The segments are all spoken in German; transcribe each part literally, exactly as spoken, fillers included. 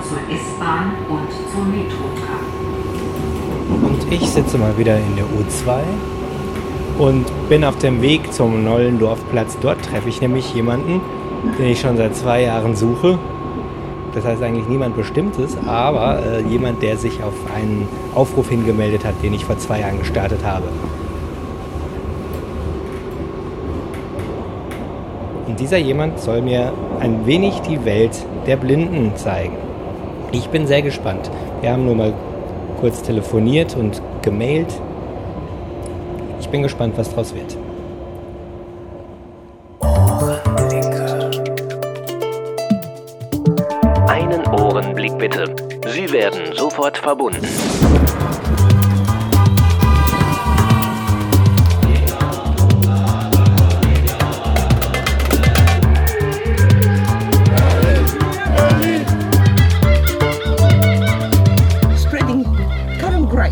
zur S-Bahn und zur Metro traf. Und ich sitze mal wieder in der U zwei und bin auf dem Weg zum Nollendorfplatz. Dort treffe ich nämlich jemanden, den ich schon seit zwei Jahren suche. Das heißt eigentlich niemand Bestimmtes, aber äh, jemand, der sich auf einen Aufruf hingemeldet hat, den ich vor zwei Jahren gestartet habe. Und dieser jemand soll mir ein wenig die Welt der Blinden zeigen. Ich bin sehr gespannt. Wir haben nur mal kurz telefoniert und gemailt. Ich bin gespannt, was draus wird. Einen Ohrenblick bitte. Sie werden sofort verbunden. Spreading current grapes.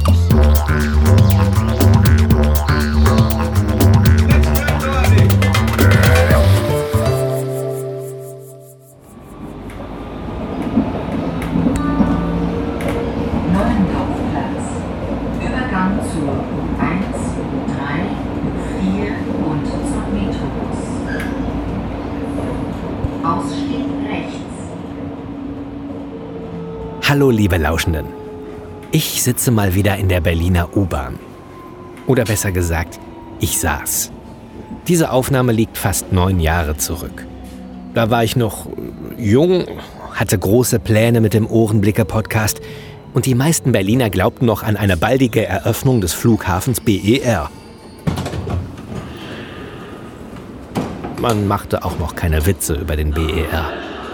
Hallo liebe Lauschenden. Ich sitze mal wieder in der Berliner U-Bahn. Oder besser gesagt, ich saß. Diese Aufnahme liegt fast neun Jahre zurück. Da war ich noch jung, hatte große Pläne mit dem Ohrenblicke-Podcast und die meisten Berliner glaubten noch an eine baldige Eröffnung des Flughafens B E R. Man machte auch noch keine Witze über den B E R.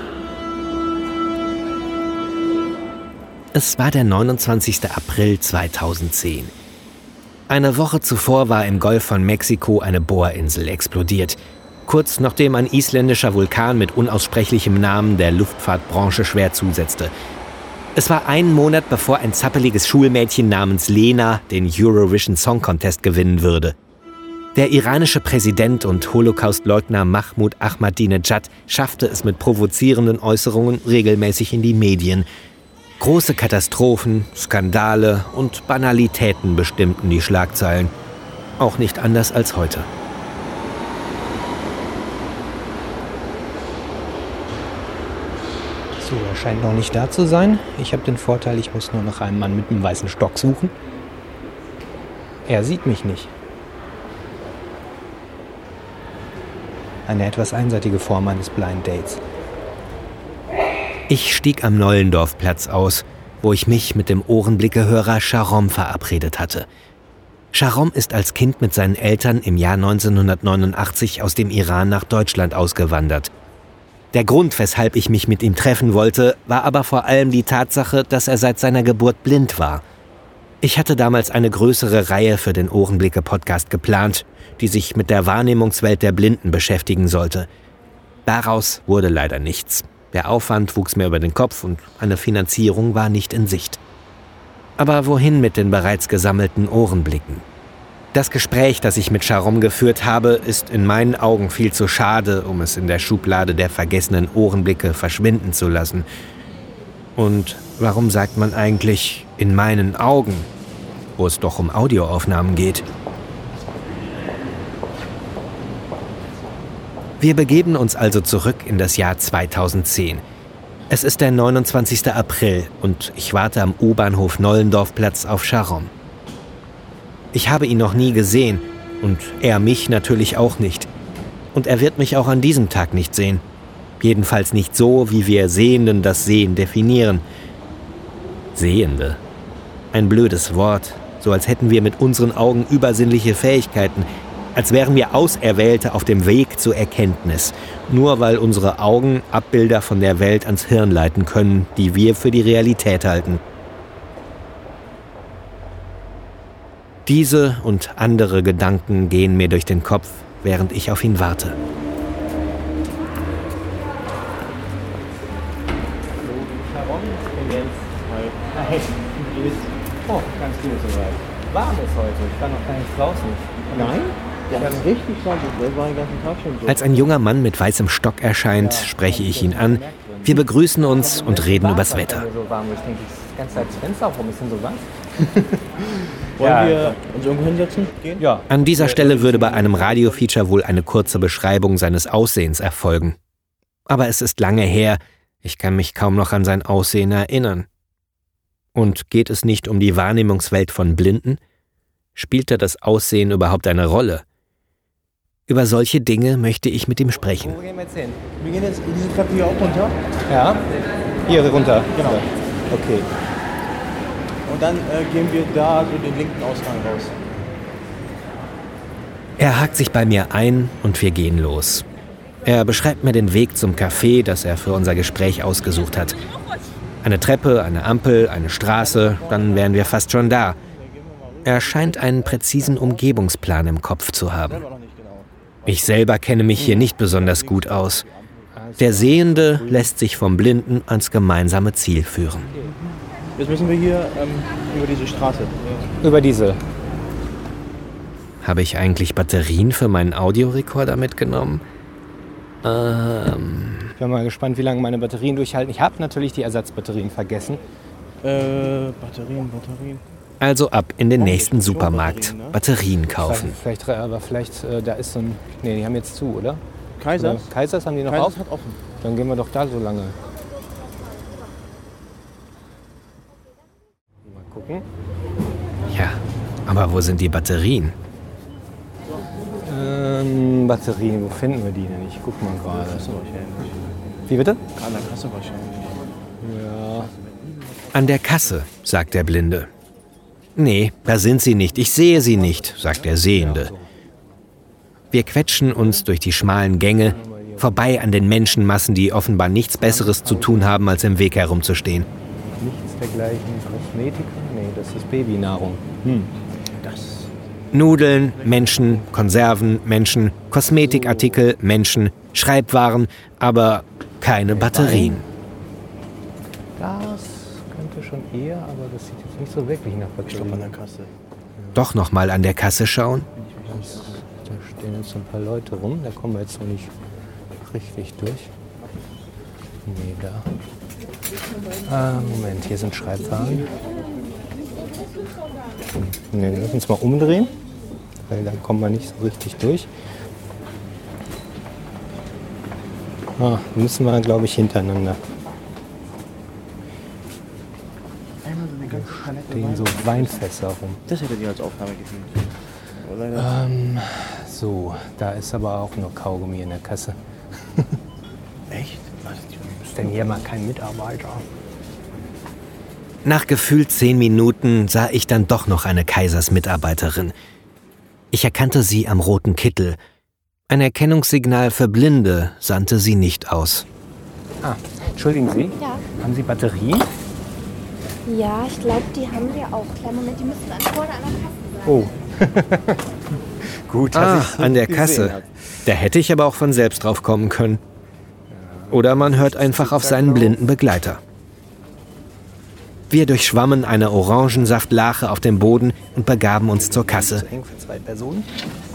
Es war der neunundzwanzigster April zweitausendzehn. Eine Woche zuvor war im Golf von Mexiko eine Bohrinsel explodiert. Kurz nachdem ein isländischer Vulkan mit unaussprechlichem Namen der Luftfahrtbranche schwer zusetzte. Es war ein Monat, bevor ein zappeliges Schulmädchen namens Lena den Eurovision Song Contest gewinnen würde. Der iranische Präsident und Holocaustleugner Mahmoud Ahmadinejad schaffte es mit provozierenden Äußerungen regelmäßig in die Medien. Große Katastrophen, Skandale und Banalitäten bestimmten die Schlagzeilen. Auch nicht anders als heute. So, er scheint noch nicht da zu sein. Ich habe den Vorteil, ich muss nur nach einem Mann mit einem weißen Stock suchen. Er sieht mich nicht. Eine etwas einseitige Form eines Blind Dates. Ich stieg am Nollendorfplatz aus, wo ich mich mit dem Ohrenblicke-Hörer Sharom verabredet hatte. Sharom ist als Kind mit seinen Eltern im Jahr neunzehnhundertneunundachtzig aus dem Iran nach Deutschland ausgewandert. Der Grund, weshalb ich mich mit ihm treffen wollte, war aber vor allem die Tatsache, dass er seit seiner Geburt blind war. Ich hatte damals eine größere Reihe für den Ohrenblicke-Podcast geplant, die sich mit der Wahrnehmungswelt der Blinden beschäftigen sollte. Daraus wurde leider nichts. Der Aufwand wuchs mir über den Kopf und eine Finanzierung war nicht in Sicht. Aber wohin mit den bereits gesammelten Ohrenblicken? Das Gespräch, das ich mit Sharom geführt habe, ist in meinen Augen viel zu schade, um es in der Schublade der vergessenen Ohrenblicke verschwinden zu lassen. Und warum sagt man eigentlich in meinen Augen, wo es doch um Audioaufnahmen geht? Wir begeben uns also zurück in das Jahr zweitausendzehn. Es ist der neunundzwanzigster April und ich warte am U-Bahnhof Nollendorfplatz auf Sharom. Ich habe ihn noch nie gesehen und er mich natürlich auch nicht. Und er wird mich auch an diesem Tag nicht sehen. Jedenfalls nicht so, wie wir Sehenden das Sehen definieren. Sehende. Ein blödes Wort, so als hätten wir mit unseren Augen übersinnliche Fähigkeiten, als wären wir Auserwählte auf dem Weg zur Erkenntnis, nur weil unsere Augen Abbilder von der Welt ans Hirn leiten können, die wir für die Realität halten. Diese und andere Gedanken gehen mir durch den Kopf, während ich auf ihn warte. Hallo, Sharom, ich bin Jens. Hi. Hi. Oh, ganz gut soweit. Warm ist heute, ich war noch gar nicht draußen. Nein? Ja, das ist richtig, das war den ganzen Tag schon so. Als ein junger Mann mit weißem Stock erscheint, spreche ich ihn an Wir begrüßen uns und reden übers Wetter. So warm, ich denke, die ganze Zeit das Fenster aufrum, ist denn so was? Wollen Ja. wir uns irgendwo hinsetzen? Gehen? Ja. An dieser Stelle würde bei einem Radiofeature wohl eine kurze Beschreibung seines Aussehens erfolgen. Aber es ist lange her, ich kann mich kaum noch an sein Aussehen erinnern. Und geht es nicht um die Wahrnehmungswelt von Blinden? Spielte das Aussehen überhaupt eine Rolle? Über solche Dinge möchte ich mit ihm sprechen. Wo gehen wir jetzt hin? Wir gehen jetzt diese Treppe hier auch runter. Ja? Hier runter. Genau. Okay. Und dann äh, gehen wir da so den linken Ausgang raus. Er hakt sich bei mir ein und wir gehen los. Er beschreibt mir den Weg zum Café, das er für unser Gespräch ausgesucht hat. Eine Treppe, eine Ampel, eine Straße, dann wären wir fast schon da. Er scheint einen präzisen Umgebungsplan im Kopf zu haben. Ich selber kenne mich hier nicht besonders gut aus. Der Sehende lässt sich vom Blinden ans gemeinsame Ziel führen. Jetzt müssen wir hier ähm, über diese Straße. Über diese. Habe ich eigentlich Batterien für meinen Audiorekorder mitgenommen? Ähm... Ich bin mal gespannt, wie lange meine Batterien durchhalten. Ich habe natürlich die Ersatzbatterien vergessen. Äh, Batterien, Batterien. Also ab in den nächsten Supermarkt. Batterien kaufen. Vielleicht, vielleicht, aber vielleicht, äh, da ist so ein... Nee, die haben jetzt zu, oder? Kaisers? Oder Kaisers haben die noch Kaisers auf? hat offen. Dann gehen wir doch da so lange. Mal gucken. Ja, aber wo sind die Batterien? Ähm, Batterien, wo finden wir die denn? Ich guck mal gerade. Wie bitte? An der Kasse wahrscheinlich. Ja. An der Kasse, sagt der Blinde. Nee, da sind sie nicht. Ich sehe sie nicht, sagt der Sehende. Wir quetschen uns durch die schmalen Gänge, vorbei an den Menschenmassen, die offenbar nichts Besseres zu tun haben, als im Weg herumzustehen. Nichts dergleichen. Kosmetika? Nee, das ist Babynahrung. Hm. Nudeln, Menschen, Konserven, Menschen, Kosmetikartikel, Menschen, Schreibwaren, aber keine Batterien. Das könnte schon eher, aber das sieht jetzt nicht so wirklich nach Ich glaube Batterien. an der Kasse. Doch noch mal an der Kasse schauen? Da stehen jetzt so ein paar Leute rum, da kommen wir jetzt noch nicht richtig durch. Nee, da. Ah, Moment, hier sind Schreibwaren. Nee, lass uns mal umdrehen, weil dann kommen wir nicht so richtig durch. Ah, müssen wir, glaube ich, hintereinander. Einmal so eine ganze Palette. Stehen so Weinfässer rum. Das hätte die als Aufnahme gedient. Aber leider. Ähm, so, da ist aber auch nur Kaugummi in der Kasse. Echt? Warte, die Ist denn hier mal kein Mitarbeiter? Nach gefühlt zehn Minuten sah ich dann doch noch eine Kaisers-Mitarbeiterin. Ich erkannte sie am roten Kittel. Ein Erkennungssignal für Blinde sandte sie nicht aus. Ah, entschuldigen Sie, Ja. haben Sie Batterien? Ja, ich glaube, die haben wir auch. Kleinen Moment, die müssen dann vorne an der Kasse sein. Oh. Gut, Ah, dass ich an der gesehen Kasse. hab. Da hätte ich aber auch von selbst drauf kommen können. Oder man hört einfach auf seinen blinden Begleiter. Wir durchschwammen eine Orangensaftlache auf dem Boden und begaben uns zur Kasse. Eng für zwei Personen.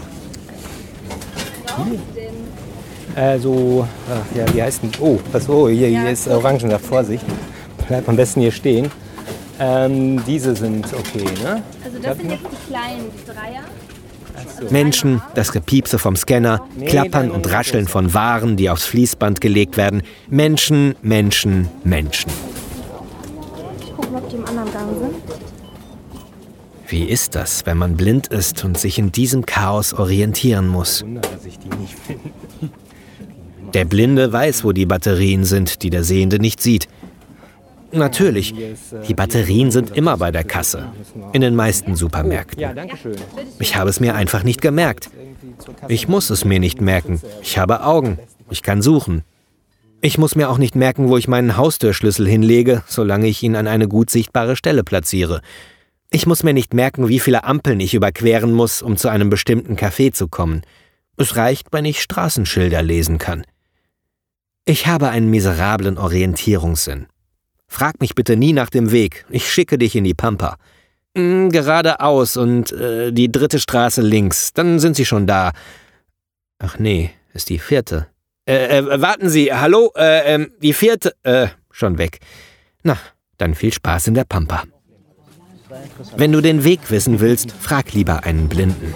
Äh, so, ach, ja, wie heißt denn? Oh, was, oh, hier, hier ist Orangensaft, Vorsicht. Bleibt am besten hier stehen. Ähm, diese sind okay, ne? Also das sind jetzt die kleinen, die Dreier. Menschen, das Gepiepse vom Scanner, Klappern und Rascheln von Waren, die aufs Fließband gelegt werden. Menschen, Menschen, Menschen. Ich gucke, ob die im anderen Gang sind. Wie ist das, wenn man blind ist und sich in diesem Chaos orientieren muss? Wunder, dass ich die nicht finde. Der Blinde weiß, wo die Batterien sind, die der Sehende nicht sieht. Natürlich, die Batterien sind immer bei der Kasse, in den meisten Supermärkten. Ja, danke schön. Ich habe es mir einfach nicht gemerkt. Ich muss es mir nicht merken. Ich habe Augen. Ich kann suchen. Ich muss mir auch nicht merken, wo ich meinen Haustürschlüssel hinlege, solange ich ihn an eine gut sichtbare Stelle platziere. Ich muss mir nicht merken, wie viele Ampeln ich überqueren muss, um zu einem bestimmten Café zu kommen. Es reicht, wenn ich Straßenschilder lesen kann. Ich habe einen miserablen Orientierungssinn. Frag mich bitte nie nach dem Weg. Ich schicke dich in die Pampa. Hm, geradeaus und äh, die dritte Straße links. Dann sind sie schon da. Ach nee, ist die vierte. Äh, äh, warten Sie, hallo, äh, äh, die vierte, äh, schon weg. Na, dann viel Spaß in der Pampa. Wenn du den Weg wissen willst, frag lieber einen Blinden.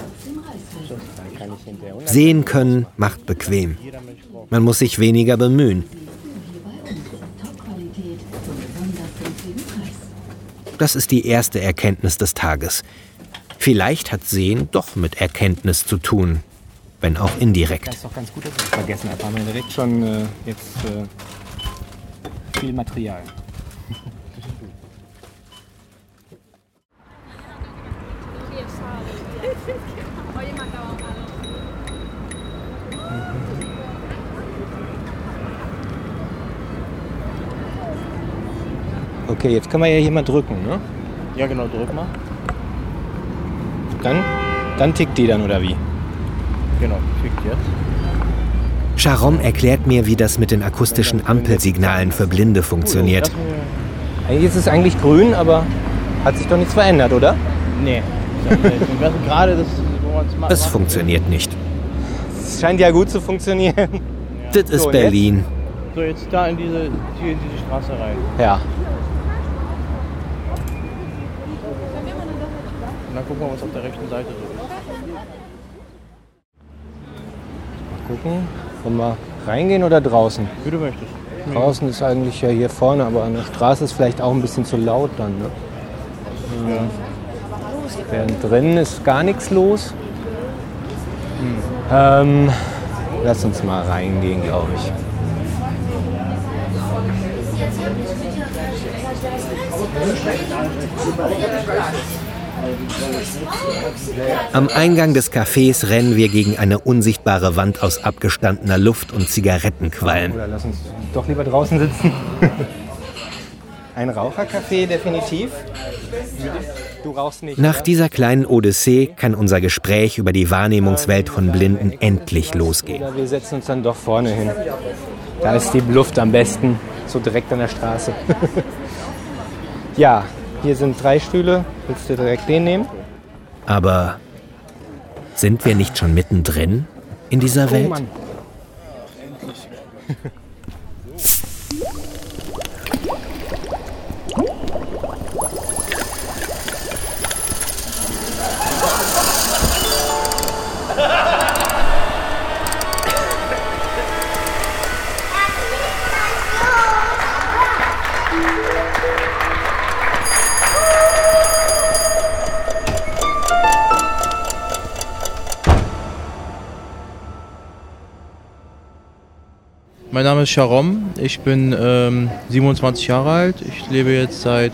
Sehen können macht bequem. Man muss sich weniger bemühen. Das ist die erste Erkenntnis des Tages. Vielleicht hat Sehen doch mit Erkenntnis zu tun, wenn auch indirekt. Das ist doch ganz gut, dass wir es vergessen haben. Haben wir direkt schon äh, jetzt äh, viel Material. Okay, jetzt können wir ja hier mal drücken, ne? Ja genau, drück mal. Dann, dann tickt die dann, oder wie? Genau, tickt jetzt. Sharom erklärt mir, wie das mit den akustischen Ampelsignalen für Blinde funktioniert. Eigentlich ist es eigentlich grün, aber hat sich doch nichts verändert, oder? Nee. Gerade das, wo man es macht. Es funktioniert nicht. Es scheint ja gut zu funktionieren. Ja. Das ist So, Berlin. So, jetzt da in diese, hier in diese Straße rein. Ja. Und dann gucken wir, was auf der rechten Seite so ist. Mal gucken, wollen wir reingehen oder draußen? Wie du möchtest. Draußen ist eigentlich ja hier vorne, aber an der Straße ist vielleicht auch ein bisschen zu laut dann. Ne? Ja. Während drinnen ist gar nichts los. Hm. Ähm, lass uns mal reingehen, glaube ich. Am Eingang des Cafés rennen wir gegen eine unsichtbare Wand aus abgestandener Luft und Zigarettenqualm. Oder lass uns doch lieber draußen sitzen. Ein Rauchercafé definitiv. Du rauchst nicht. Nach oder? dieser kleinen Odyssee kann unser Gespräch über die Wahrnehmungswelt von Blinden endlich losgehen. Oder wir setzen uns dann doch vorne hin. Da ist die Luft am besten, so direkt an der Straße. Ja, hier sind drei Stühle. Willst du direkt den nehmen? Aber sind wir nicht schon mittendrin in dieser Welt? Oh Mann. Mein Name ist Sharom, ich bin ähm, siebenundzwanzig Jahre alt. Ich lebe jetzt seit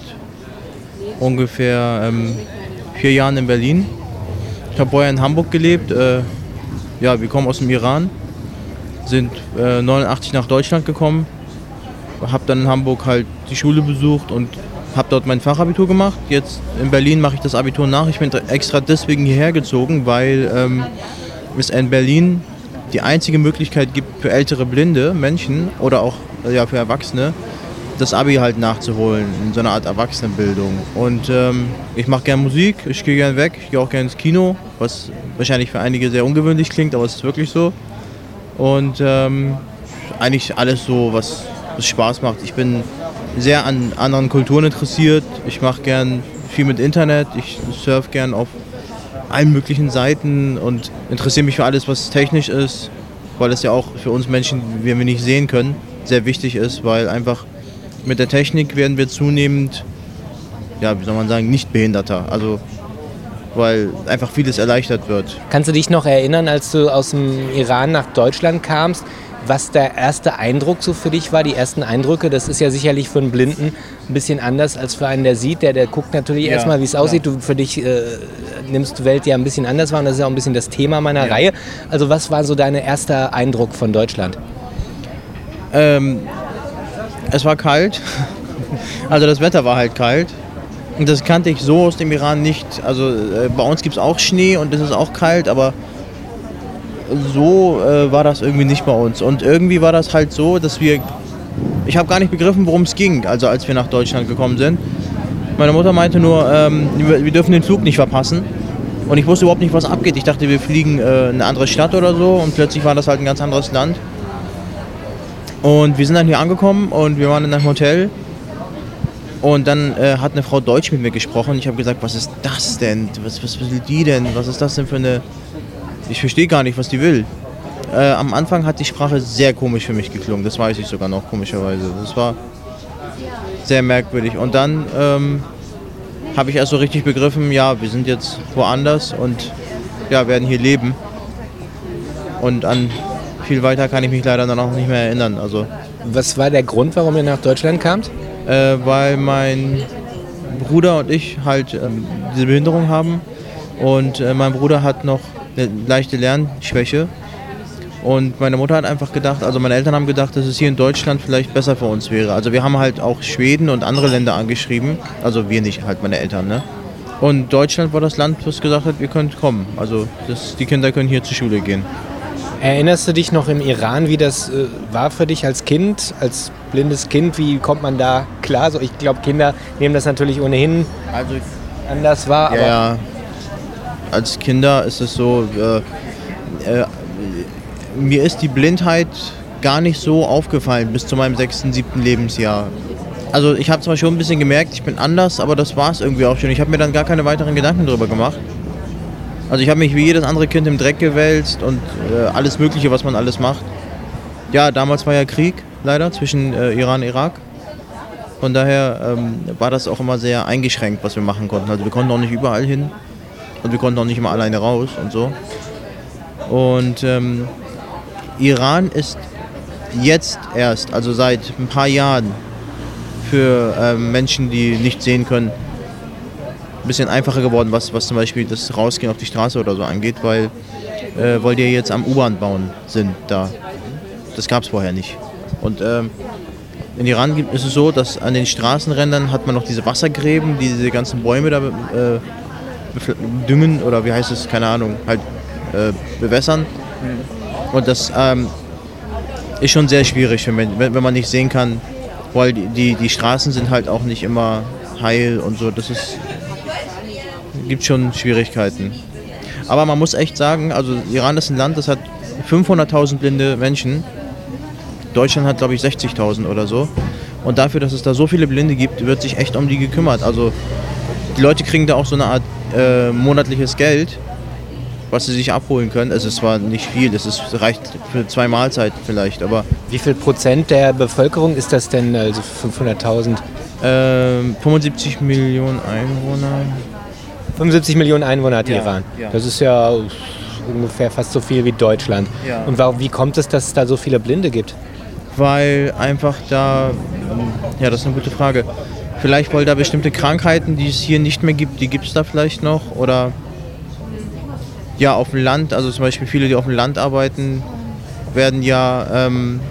ungefähr ähm, vier Jahren in Berlin. Ich habe vorher in Hamburg gelebt. Äh, ja, wir kommen aus dem Iran, sind äh, neunundachtzig nach Deutschland gekommen, habe dann in Hamburg halt die Schule besucht und habe dort mein Fachabitur gemacht. Jetzt in Berlin mache ich das Abitur nach. Ich bin extra deswegen hierher gezogen, weil ähm, es in Berlin die einzige Möglichkeit gibt für ältere blinde Menschen oder auch ja, für Erwachsene, das Abi halt nachzuholen in so einer Art Erwachsenenbildung. Und ähm, ich mache gerne Musik, ich gehe gerne weg, ich gehe auch gerne ins Kino, was wahrscheinlich für einige sehr ungewöhnlich klingt, aber es ist wirklich so. Und ähm, eigentlich alles so, was, was Spaß macht. Ich bin sehr an anderen Kulturen interessiert, ich mache gern viel mit Internet, ich surfe gern auf allen möglichen Seiten und interessiere mich für alles, was technisch ist, weil es ja auch für uns Menschen, wenn wir nicht sehen können, sehr wichtig ist, weil einfach mit der Technik werden wir zunehmend, ja, wie soll man sagen, nicht behinderter, also weil einfach vieles erleichtert wird. Kannst du dich noch erinnern, als du aus dem Iran nach Deutschland kamst, was der erste Eindruck so für dich war, die ersten Eindrücke? Das ist ja sicherlich für einen Blinden ein bisschen anders als für einen, der sieht. Der, der guckt natürlich ja, erstmal, wie es aussieht. Du, für dich äh, nimmst du Welt ja ein bisschen anders wahr und das ist ja auch ein bisschen das Thema meiner ja. Reihe. Also was war so dein erster Eindruck von Deutschland? Ähm, es war kalt. Also das Wetter war halt kalt. Und das kannte ich so aus dem Iran nicht. Also äh, bei uns gibt es auch Schnee und es ist auch kalt, aber so äh, war das irgendwie nicht bei uns. Und irgendwie war das halt so, dass wir... Ich habe gar nicht begriffen, worum es ging, also als wir nach Deutschland gekommen sind. Meine Mutter meinte nur, ähm, wir, wir dürfen den Flug nicht verpassen. Und ich wusste überhaupt nicht, was abgeht. Ich dachte, wir fliegen äh, in eine andere Stadt oder so und plötzlich war das halt ein ganz anderes Land. Und wir sind dann hier angekommen und wir waren in einem Hotel. Und dann äh, hat eine Frau Deutsch mit mir gesprochen. Ich habe gesagt, was ist das denn? Was, was will die denn? Was ist das denn für eine... Ich verstehe gar nicht, was die will. Äh, am Anfang hat die Sprache sehr komisch für mich geklungen. Das weiß ich sogar noch, komischerweise. Das war sehr merkwürdig. Und dann ähm, habe ich erst so richtig begriffen, ja, wir sind jetzt woanders und ja, werden hier leben. Und an viel weiter kann ich mich leider dann auch nicht mehr erinnern. Also, Was war der Grund, warum ihr nach Deutschland kamt? äh, weil mein Bruder und ich halt ähm, diese Behinderung haben. Und äh, mein Bruder hat noch eine leichte Lernschwäche. Und meine Mutter hat einfach gedacht, also meine Eltern haben gedacht, dass es hier in Deutschland vielleicht besser für uns wäre. Also wir haben halt auch Schweden und andere Länder angeschrieben. Also wir nicht, halt meine Eltern, ne? Und Deutschland war das Land, das gesagt hat, ihr könnt kommen. Also das, die Kinder können hier zur Schule gehen. Erinnerst du dich noch im Iran, wie das äh, war für dich als Kind, als blindes Kind? Wie kommt man da klar? So, ich glaube, Kinder nehmen das natürlich ohnehin Also anders wahr. Aber ja, als Kinder ist es so, äh, äh, mir ist die Blindheit gar nicht so aufgefallen bis zu meinem sechsten, siebten Lebensjahr. Also ich habe zwar schon ein bisschen gemerkt, ich bin anders, aber das war es irgendwie auch schon. Ich habe mir dann gar keine weiteren Gedanken darüber gemacht. Also ich habe mich wie jedes andere Kind im Dreck gewälzt und äh, alles Mögliche, was man alles macht. Ja, damals war ja Krieg, leider, zwischen äh, Iran und Irak. Von daher ähm, war das auch immer sehr eingeschränkt, was wir machen konnten. Also wir konnten auch nicht überall hin und wir konnten auch nicht immer alleine raus und so. Und ähm, Iran ist jetzt erst, also seit ein paar Jahren, für ähm, Menschen, die nicht sehen können, ein bisschen einfacher geworden, was, was zum Beispiel das Rausgehen auf die Straße oder so angeht, weil, äh, weil die jetzt am U-Bahn bauen sind da. Das gab es vorher nicht. Und ähm, in Iran gibt, ist es so, dass an den Straßenrändern hat man noch diese Wassergräben, die diese ganzen Bäume da äh, düngen oder wie heißt es, keine Ahnung, halt äh, bewässern. Und das ähm, ist schon sehr schwierig, für Menschen, wenn, wenn man nicht sehen kann, weil die, die, die Straßen sind halt auch nicht immer heil und so. Das ist, gibt schon Schwierigkeiten. Aber man muss echt sagen, also Iran ist ein Land, das hat fünfhunderttausend blinde Menschen. Deutschland hat, glaube ich, sechzigtausend oder so. Und dafür, dass es da so viele Blinde gibt, wird sich echt um die gekümmert. Also die Leute kriegen da auch so eine Art äh, monatliches Geld, was sie sich abholen können. Es ist zwar nicht viel, es ist, reicht für zwei Mahlzeiten vielleicht, aber... wie viel Prozent der Bevölkerung ist das denn, also fünfhunderttausend? Äh, fünfundsiebzig Millionen Einwohner. fünfundsiebzig Millionen Einwohner hat Ja, Iran. ja. Das ist ja ungefähr fast so viel wie Deutschland. Ja. Und warum, wie kommt es, dass es da so viele Blinde gibt? Weil einfach da, ja, das ist eine gute Frage. Vielleicht, weil da bestimmte Krankheiten, die es hier nicht mehr gibt, die gibt es da vielleicht noch. Oder ja, auf dem Land, also zum Beispiel viele, die auf dem Land arbeiten, werden ja ähm,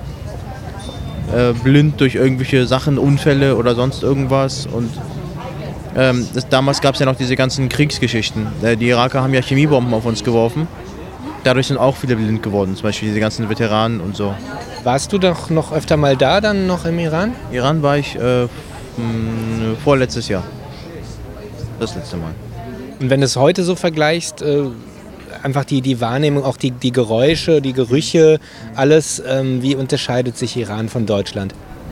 äh, blind durch irgendwelche Sachen, Unfälle oder sonst irgendwas. Und ähm, das, damals gab es ja noch diese ganzen Kriegsgeschichten. Äh, die Iraker haben ja Chemiebomben auf uns geworfen. Dadurch sind auch viele blind geworden, zum Beispiel diese ganzen Veteranen und so. Warst du doch noch öfter mal da, dann noch im Iran? Iran war ich äh, vorletztes Jahr. Das letzte Mal. Und wenn du es heute so vergleichst, äh, einfach die, die Wahrnehmung, auch die, die Geräusche, die Gerüche, alles, ähm, wie unterscheidet sich Iran von Deutschland?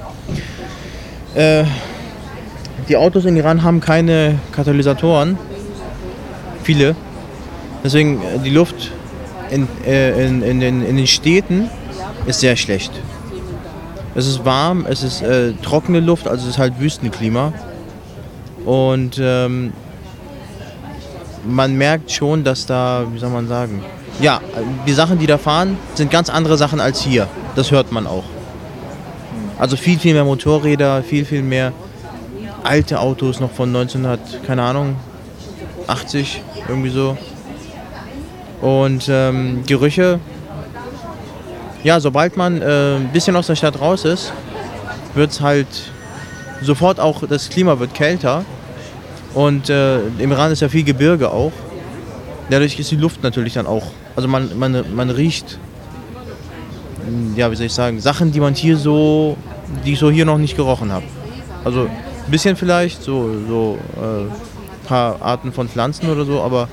Äh, die Autos in Iran haben keine Katalysatoren. Viele. Deswegen äh, die Luft in, äh, in, in, den, in den Städten ist sehr schlecht. Es ist warm, es ist äh, trockene Luft, also es ist halt Wüstenklima. Und ähm, man merkt schon, dass da, wie soll man sagen, ja, die Sachen, die da fahren, sind ganz andere Sachen als hier. Das hört man auch. Also viel, viel mehr Motorräder, viel, viel mehr alte Autos noch von neunzehnhundert, keine Ahnung, achtzig, irgendwie so. Und ähm, Gerüche, ja, sobald man äh, ein bisschen aus der Stadt raus ist, wird es halt sofort auch, das Klima wird kälter. Und äh, im Iran ist ja viel Gebirge auch. Dadurch ist die Luft natürlich dann auch, also man, man, man riecht, ja, wie soll ich sagen, Sachen, die man hier so, die ich so hier noch nicht gerochen habe. Also ein bisschen vielleicht, so, so äh, paar Arten von Pflanzen oder so, aber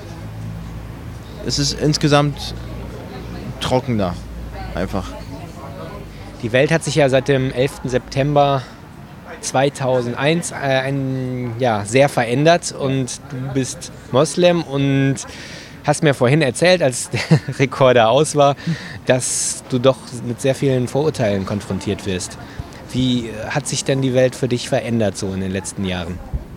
es ist insgesamt trockener, einfach. Die Welt hat sich ja seit dem elften September zweitausendeins äh, ein, ja, sehr verändert und du bist Moslem und hast mir vorhin erzählt, als der Rekorder aus war, dass du doch mit sehr vielen Vorurteilen konfrontiert wirst. Wie hat sich denn die Welt für dich verändert so in den letzten Jahren?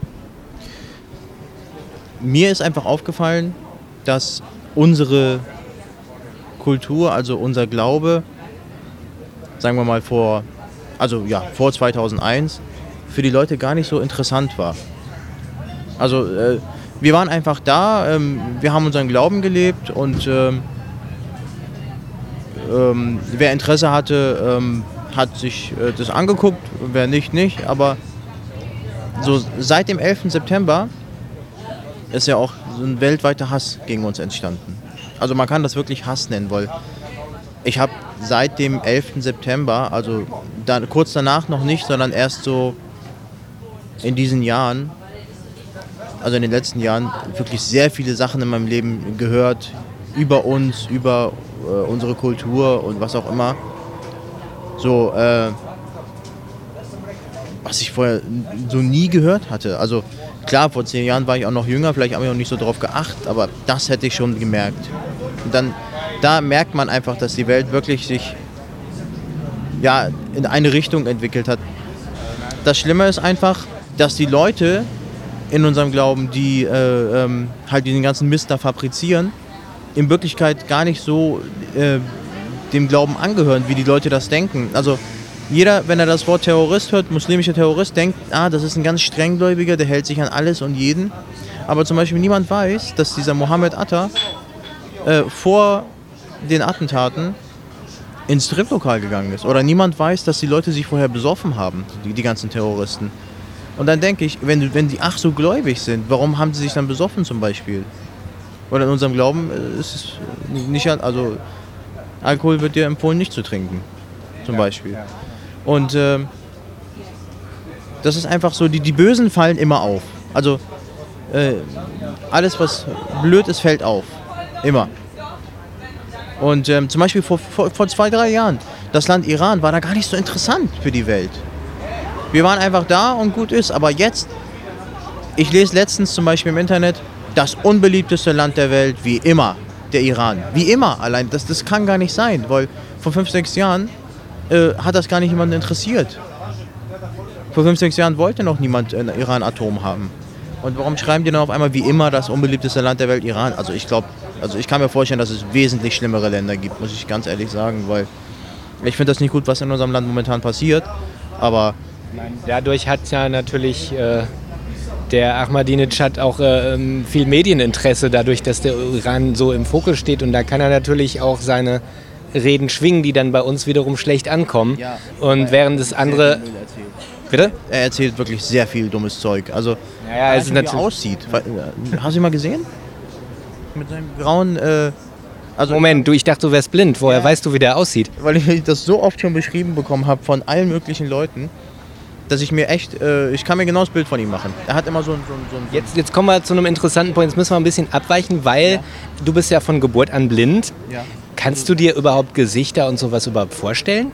Mir ist einfach aufgefallen, dass unsere Kultur, also unser Glaube, sagen wir mal vor, also ja, vor zweitausendeins, für die Leute gar nicht so interessant war. Also äh, wir waren einfach da, ähm, wir haben unseren Glauben gelebt und ähm, ähm, wer Interesse hatte, ähm, hat sich äh, das angeguckt, wer nicht, nicht. Aber so seit dem elften September ist ja auch so ein weltweiter Hass gegen uns entstanden. Also man kann das wirklich Hass nennen, weil ich habe seit dem elften September, also dann, kurz danach noch nicht, sondern erst so in diesen Jahren, also in den letzten Jahren, wirklich sehr viele Sachen in meinem Leben gehört, über uns, über äh, unsere Kultur und was auch immer. So, äh, was ich vorher so nie gehört hatte. Also klar, vor zehn Jahren war ich auch noch jünger, vielleicht habe ich auch nicht so drauf geachtet, aber das hätte ich schon gemerkt. Und dann, da merkt man einfach, dass die Welt wirklich sich ja, in eine Richtung entwickelt hat. Das Schlimme ist einfach, dass die Leute in unserem Glauben, die äh, ähm, halt diesen ganzen Mist da fabrizieren, in Wirklichkeit gar nicht so äh, dem Glauben angehören, wie die Leute das denken. Also jeder, wenn er das Wort Terrorist hört, muslimischer Terrorist, denkt, ah, das ist ein ganz strenggläubiger, der hält sich an alles und jeden. Aber zum Beispiel niemand weiß, dass dieser Mohammed Atta äh, vor den Attentaten ins Striplokal gegangen ist. Oder niemand weiß, dass die Leute sich vorher besoffen haben, die, die ganzen Terroristen. Und dann denke ich, wenn, wenn die ach so gläubig sind, warum haben sie sich dann besoffen zum Beispiel? Oder in unserem Glauben ist es nicht, also Alkohol wird dir empfohlen, nicht zu trinken, zum Beispiel. Und äh, das ist einfach so, die, die Bösen fallen immer auf. Also äh, alles, was blöd ist, fällt auf. Immer. Und ähm, zum Beispiel vor, vor, vor zwei, drei Jahren, das Land Iran war da gar nicht so interessant für die Welt. Wir waren einfach da und gut ist. Aber jetzt, ich lese letztens zum Beispiel im Internet, das unbeliebteste Land der Welt, wie immer, der Iran. Wie immer, allein, das, das kann gar nicht sein, weil vor fünf, sechs Jahren äh, hat das gar nicht jemanden interessiert. Vor fünf, sechs Jahren wollte noch niemand in Iran Atom haben. Und warum schreiben die dann auf einmal wie immer das unbeliebteste Land der Welt, Iran? Also ich glaube, also ich kann mir vorstellen, dass es wesentlich schlimmere Länder gibt, muss ich ganz ehrlich sagen, weil ich finde das nicht gut, was in unserem Land momentan passiert, aber dadurch hat ja natürlich äh, der Ahmadinejad auch äh, viel Medieninteresse, dadurch, dass der Iran so im Fokus steht und da kann er natürlich auch seine Reden schwingen, die dann bei uns wiederum schlecht ankommen. Ja, und während das andere... Bitte? Er erzählt wirklich sehr viel dummes Zeug. Also, naja, es wie er aussieht. Hast du ihn mal gesehen? Mit seinem grauen... Äh, also Moment, du, ich dachte, du wärst blind. Woher ja. weißt du, wie der aussieht? Weil ich das so oft schon beschrieben bekommen habe von allen möglichen Leuten, dass ich mir echt... Äh, ich kann mir genau das Bild von ihm machen. Er hat immer so ein... So ein, so ein jetzt, jetzt kommen wir zu einem interessanten Punkt. Jetzt müssen wir ein bisschen abweichen, weil ja. du bist ja von Geburt an blind. Ja. Kannst du dir überhaupt Gesichter und sowas überhaupt vorstellen?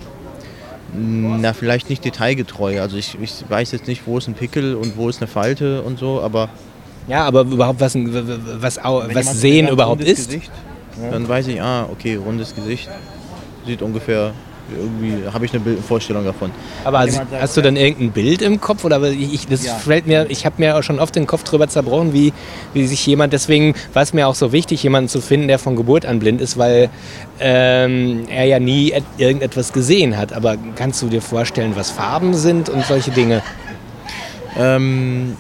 Na, vielleicht nicht detailgetreu. Also ich, ich weiß jetzt nicht, wo ist ein Pickel und wo ist eine Falte und so, aber... Ja, aber überhaupt was, was, was Sehen überhaupt ist? Gesicht, dann weiß ich, ah, okay, rundes Gesicht. Sieht ungefähr... Irgendwie habe ich eine Bild- Vorstellung davon. Aber hast, sagt, hast du dann irgendein Bild im Kopf? Oder ich, das ja. fällt mir, ich habe mir auch schon oft den Kopf drüber zerbrochen, wie, wie sich jemand, deswegen war es mir auch so wichtig, jemanden zu finden, der von Geburt an blind ist, weil ähm, er ja nie et- irgendetwas gesehen hat. Aber kannst du dir vorstellen, was Farben sind und solche Dinge? Ähm,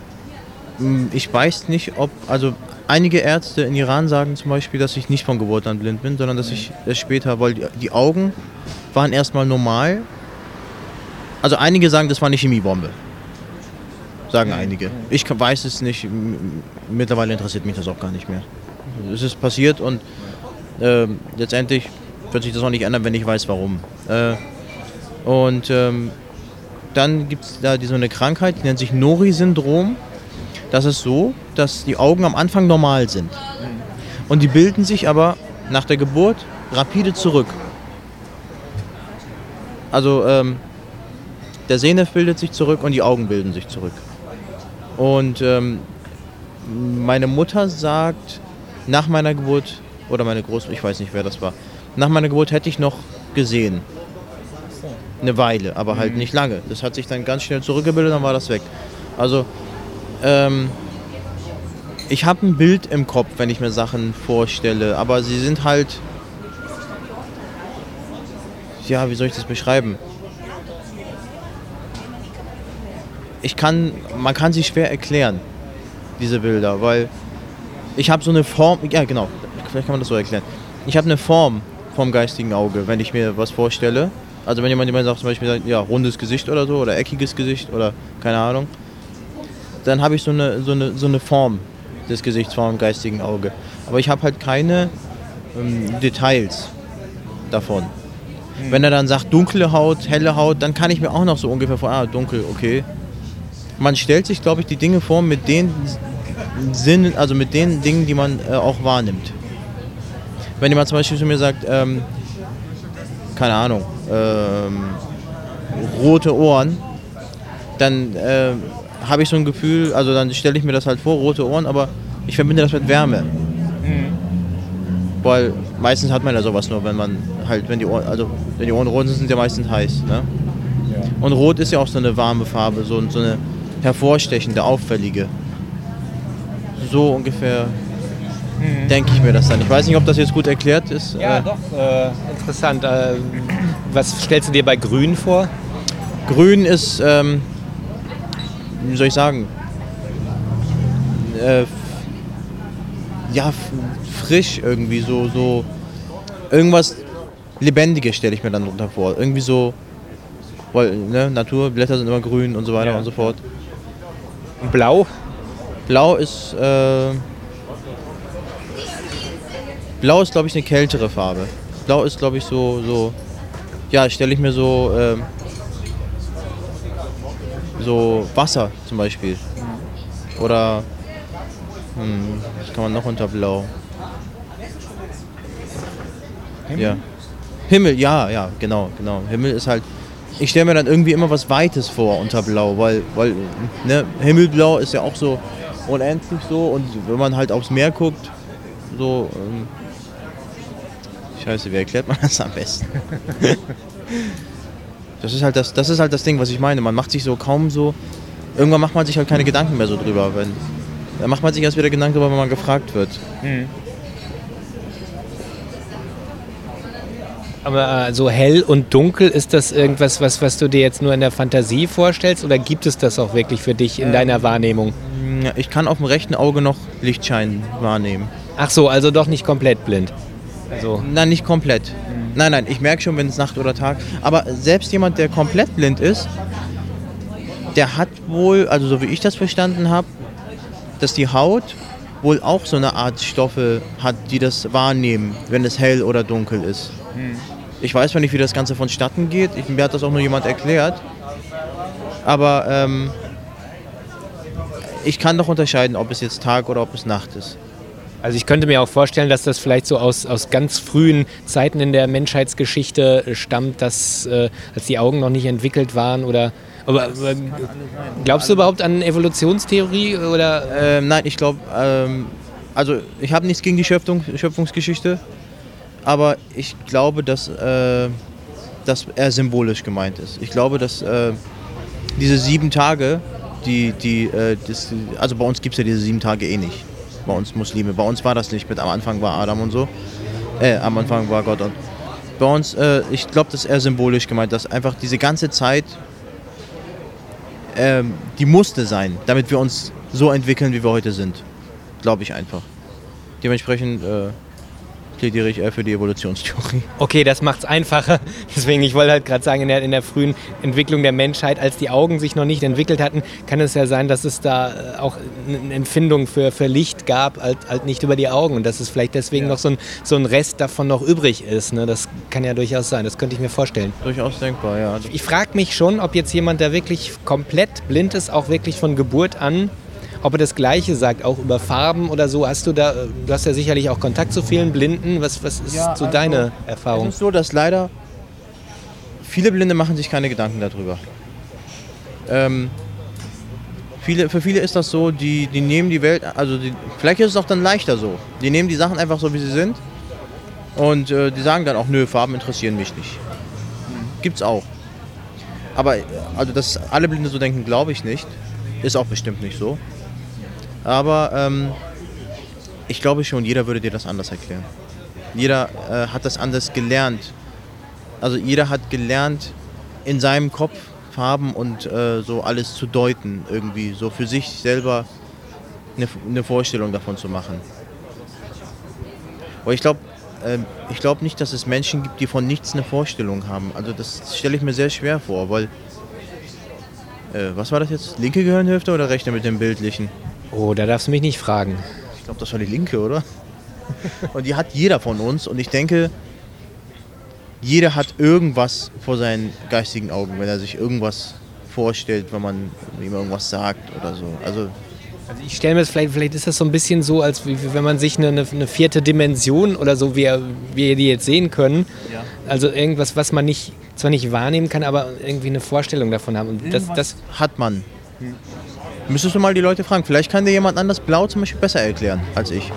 ich weiß nicht, ob, also einige Ärzte in Iran sagen zum Beispiel, dass ich nicht von Geburt an blind bin, sondern dass ich es später, weil die, die Augen waren erstmal normal. Also einige sagen, das war eine Chemiebombe. Sagen einige. Ich weiß es nicht. Mittlerweile interessiert mich das auch gar nicht mehr. Es ist passiert und äh, letztendlich wird sich das auch nicht ändern, wenn ich weiß, warum. Äh, und ähm, dann gibt es da so eine Krankheit, die nennt sich Nori-Syndrom. Das ist so, dass die Augen am Anfang normal sind. Und die bilden sich aber nach der Geburt rapide zurück. Also ähm, der Sehnerv bildet sich zurück und die Augen bilden sich zurück. Und ähm, meine Mutter sagt, nach meiner Geburt, oder meine Großmutter, ich weiß nicht, wer das war, nach meiner Geburt hätte ich noch gesehen. Eine Weile, aber halt nicht lange. Das hat sich dann ganz schnell zurückgebildet, dann war das weg. Also, ähm, ich habe ein Bild im Kopf, wenn ich mir Sachen vorstelle, aber sie sind halt, ja, wie soll ich das beschreiben? Ich kann, man kann sie schwer erklären, diese Bilder, weil ich habe so eine Form, ja genau, vielleicht kann man das so erklären. Ich habe eine Form vom geistigen Auge, wenn ich mir was vorstelle. Also wenn jemand, jemand sagt, zum Beispiel, ja, rundes Gesicht oder so, oder eckiges Gesicht oder keine Ahnung, dann habe ich so eine, so, eine, so eine Form des Gesichts vom geistigen Auge. Aber ich habe halt keine ähm, Details davon. Mhm. Wenn er dann sagt, dunkle Haut, helle Haut, dann kann ich mir auch noch so ungefähr vor, ah, dunkel, okay. Man stellt sich, glaube ich, die Dinge vor mit den Sinnen, also mit den Dingen, die man äh, auch wahrnimmt. Wenn jemand zum Beispiel zu mir sagt, ähm, keine Ahnung, ähm, rote Ohren, dann äh, habe ich so ein Gefühl, also dann stelle ich mir das halt vor, rote Ohren, aber ich verbinde das mit Wärme. Mhm. Weil meistens hat man ja sowas nur, wenn man halt, wenn die Ohren, also wenn die Ohren rot sind, sind die ja meistens heiß. Ne? Ja. Und rot ist ja auch so eine warme Farbe, so, so eine hervorstechende, auffällige. So ungefähr mhm. denke ich mir das dann. Ich weiß nicht, ob das jetzt gut erklärt ist. Ja, äh, doch, äh, interessant. Äh, was stellst du dir bei Grün vor? Grün ist, ähm, wie soll ich sagen, äh, ja, f- frisch irgendwie, so, so irgendwas Lebendiges stelle ich mir dann drunter vor. Irgendwie so, weil, ne, Natur, Blätter sind immer grün und so weiter ja. und so fort. Und Blau? Blau ist, äh, Blau ist, glaube ich, eine kältere Farbe. Blau ist, glaube ich, so, so, ja, stelle ich mir so, äh, so Wasser zum Beispiel. Oder, hm, was kann man noch unter Blau? Himmel? Ja. Himmel, ja, ja, genau, genau. Himmel ist halt, ich stelle mir dann irgendwie immer was Weites vor unter Blau, weil, weil, ne, Himmelblau ist ja auch so unendlich so und wenn man halt aufs Meer guckt, so, ähm, Scheiße, wie erklärt man das am besten? Das ist halt das, das ist halt das Ding, was ich meine. Man macht sich so kaum so, irgendwann macht man sich halt keine Gedanken mehr so drüber. Wenn, dann macht man sich erst wieder Gedanken darüber, wenn man gefragt wird. Mhm. Aber äh, so hell und dunkel, ist das irgendwas, was, was du dir jetzt nur in der Fantasie vorstellst oder gibt es das auch wirklich für dich in ähm, deiner Wahrnehmung? Ich kann auf dem rechten Auge noch Lichtschein wahrnehmen. Ach so, also doch nicht komplett blind. Also. Nein, nicht komplett. Mhm. Nein, nein, ich merke schon, wenn es Nacht oder Tag. Aber selbst jemand, der komplett blind ist, der hat wohl, also so wie ich das verstanden habe, dass die Haut wohl auch so eine Art Stoffe hat, die das wahrnehmen, wenn es hell oder dunkel ist. Mhm. Ich weiß zwar nicht, wie das Ganze vonstatten geht. Ich, mir hat das auch nur jemand erklärt. Aber ähm, ich kann doch unterscheiden, ob es jetzt Tag oder ob es Nacht ist. Also ich könnte mir auch vorstellen, dass das vielleicht so aus, aus ganz frühen Zeiten in der Menschheitsgeschichte stammt, dass äh, als die Augen noch nicht entwickelt waren oder... Aber, aber glaubst du überhaupt an Evolutionstheorie oder? Ähm, nein, ich glaube, ähm, also ich habe nichts gegen die Schöpfung, Schöpfungsgeschichte, aber ich glaube, dass äh, das eher symbolisch gemeint ist. Ich glaube, dass äh, diese sieben Tage, die, die, äh, das, also bei uns gibt es ja diese sieben Tage eh nicht. Bei uns Muslime. Bei uns war das nicht mit, am Anfang war Adam und so. Äh, am Anfang war Gott und bei uns, äh, ich glaube, das ist eher symbolisch gemeint, dass einfach diese ganze Zeit, ähm, die musste sein, damit wir uns so entwickeln, wie wir heute sind. Glaube ich einfach. Dementsprechend äh, plädiere ich eher für die Evolutionstheorie. Okay, das macht es einfacher. Deswegen, ich wollte halt gerade sagen, in der, in der frühen Entwicklung der Menschheit, als die Augen sich noch nicht entwickelt hatten, kann es ja sein, dass es da auch eine Empfindung für, für Licht gab, halt, halt nicht über die Augen. Und dass es vielleicht deswegen ja. noch so ein, so ein Rest davon noch übrig ist. Ne? Das kann ja durchaus sein, das könnte ich mir vorstellen. Durchaus denkbar, ja. Ich frage mich schon, ob jetzt jemand, der wirklich komplett blind ist, auch wirklich von Geburt an, ob er das Gleiche sagt, auch über Farben oder so. Hast du da, du hast ja sicherlich auch Kontakt zu vielen Blinden. Was, was ist ja, so also deine Erfahrung? Es ist so, dass leider viele Blinde machen sich keine Gedanken darüber. Ähm, viele, für viele ist das so, die, die nehmen die Welt, also die, vielleicht ist es auch dann leichter so. Die nehmen die Sachen einfach so, wie sie sind und äh, die sagen dann auch, nö, Farben interessieren mich nicht. Gibt's auch. Aber also, dass alle Blinde so denken, glaube ich nicht. Ist auch bestimmt nicht so. Aber ähm, ich glaube schon, jeder würde dir das anders erklären. Jeder äh, hat das anders gelernt. Also jeder hat gelernt, in seinem Kopf Farben und äh, so alles zu deuten, irgendwie so für sich selber eine, eine Vorstellung davon zu machen. Aber ich glaube äh, ich glaube nicht, dass es Menschen gibt, die von nichts eine Vorstellung haben. Also das stelle ich mir sehr schwer vor, weil äh, was war das jetzt? Linke Gehirnhälfte oder rechte mit dem Bildlichen? Oh, da darfst du mich nicht fragen. Ich glaube, das war die linke, oder? Und die hat jeder von uns und ich denke, jeder hat irgendwas vor seinen geistigen Augen, wenn er sich irgendwas vorstellt, wenn man ihm irgendwas sagt oder so. Also, also ich stelle mir das, vielleicht, vielleicht ist das so ein bisschen so, als wie, wenn man sich eine, eine vierte Dimension oder so, wie, wie wir die jetzt sehen können, ja. Also irgendwas, was man nicht, zwar nicht wahrnehmen kann, aber irgendwie eine Vorstellung davon haben. Und das, das hat man. Hm. Müsstest du mal die Leute fragen, vielleicht kann dir jemand anders Blau zum Beispiel besser erklären als ich.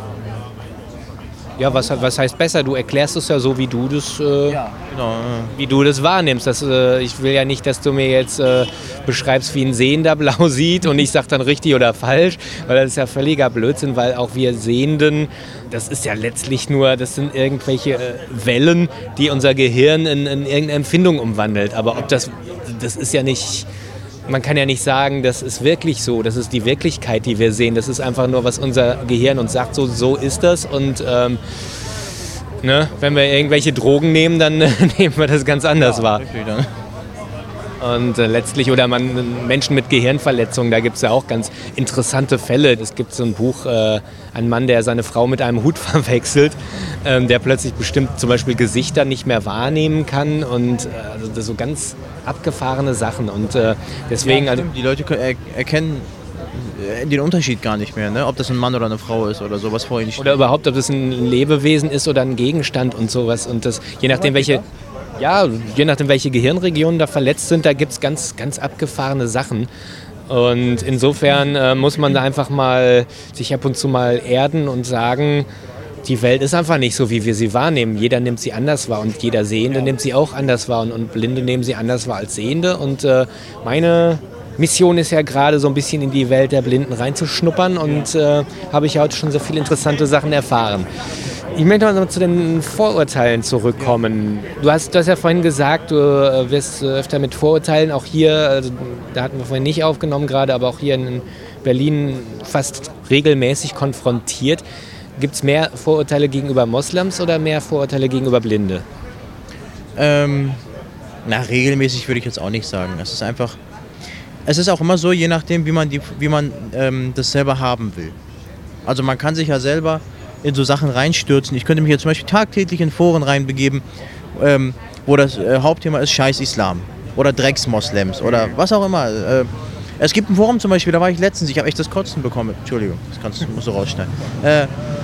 Ja, was, was heißt besser? Du erklärst es ja so, wie du das, äh, ja, genau, ja. wie du das wahrnimmst. Das, äh, ich will ja nicht, dass du mir jetzt äh, beschreibst, wie ein Sehender blau sieht und ich sage dann richtig oder falsch, weil das ist ja völliger Blödsinn, weil auch wir Sehenden, das ist ja letztlich nur, das sind irgendwelche äh, Wellen, die unser Gehirn in, in irgendeine Empfindung umwandelt. Aber ob das, das ist ja nicht... Man kann ja nicht sagen, das ist wirklich so, das ist die Wirklichkeit, die wir sehen. Das ist einfach nur, was unser Gehirn uns sagt, so, so ist das. Und ähm, ne, wenn wir irgendwelche Drogen nehmen, dann nehmen wir das ganz anders ja, wahr. Richtig, ja. Und äh, letztlich, oder man, Menschen mit Gehirnverletzungen, da gibt es ja auch ganz interessante Fälle. Es gibt so ein Buch, äh, ein Mann, der seine Frau mit einem Hut verwechselt, ähm, der plötzlich bestimmt zum Beispiel Gesichter nicht mehr wahrnehmen kann und äh, also so ganz abgefahrene Sachen. Und äh, deswegen... Ja, also, die Leute er- erkennen den Unterschied gar nicht mehr, ne? Ob das ein Mann oder eine Frau ist oder sowas vorher nicht. Oder überhaupt, ob das ein Lebewesen ist oder ein Gegenstand und sowas. Und das, je nachdem, welche... Ja, je nachdem, welche Gehirnregionen da verletzt sind, da gibt es ganz, ganz abgefahrene Sachen. Und insofern äh, muss man da einfach mal sich ab und zu mal erden und sagen, die Welt ist einfach nicht so, wie wir sie wahrnehmen. Jeder nimmt sie anders wahr und jeder Sehende nimmt sie auch anders wahr und, und Blinde nehmen sie anders wahr als Sehende. Und äh, meine Mission ist ja gerade so ein bisschen in die Welt der Blinden reinzuschnuppern und äh, habe ich ja heute schon so viele interessante Sachen erfahren. Ich möchte mal zu den Vorurteilen zurückkommen. Du hast, du hast ja vorhin gesagt, du wirst öfter mit Vorurteilen, auch hier, also da hatten wir vorhin nicht aufgenommen gerade, aber auch hier in Berlin fast regelmäßig konfrontiert. Gibt es mehr Vorurteile gegenüber Moslems oder mehr Vorurteile gegenüber Blinde? Ähm, na, regelmäßig würde ich jetzt auch nicht sagen. Es ist einfach, es ist auch immer so, je nachdem, wie man, die, wie man ähm, das selber haben will. Also man kann sich ja selber in so Sachen reinstürzen. Ich könnte mich jetzt zum Beispiel tagtäglich in Foren reinbegeben, ähm, wo das äh, Hauptthema ist Scheiß Islam oder Drecksmoslems oder was auch immer. Äh, es gibt ein Forum zum Beispiel, da war ich letztens, ich habe echt das Kotzen bekommen. Entschuldigung, das kannst, musst du rausschneiden. Äh,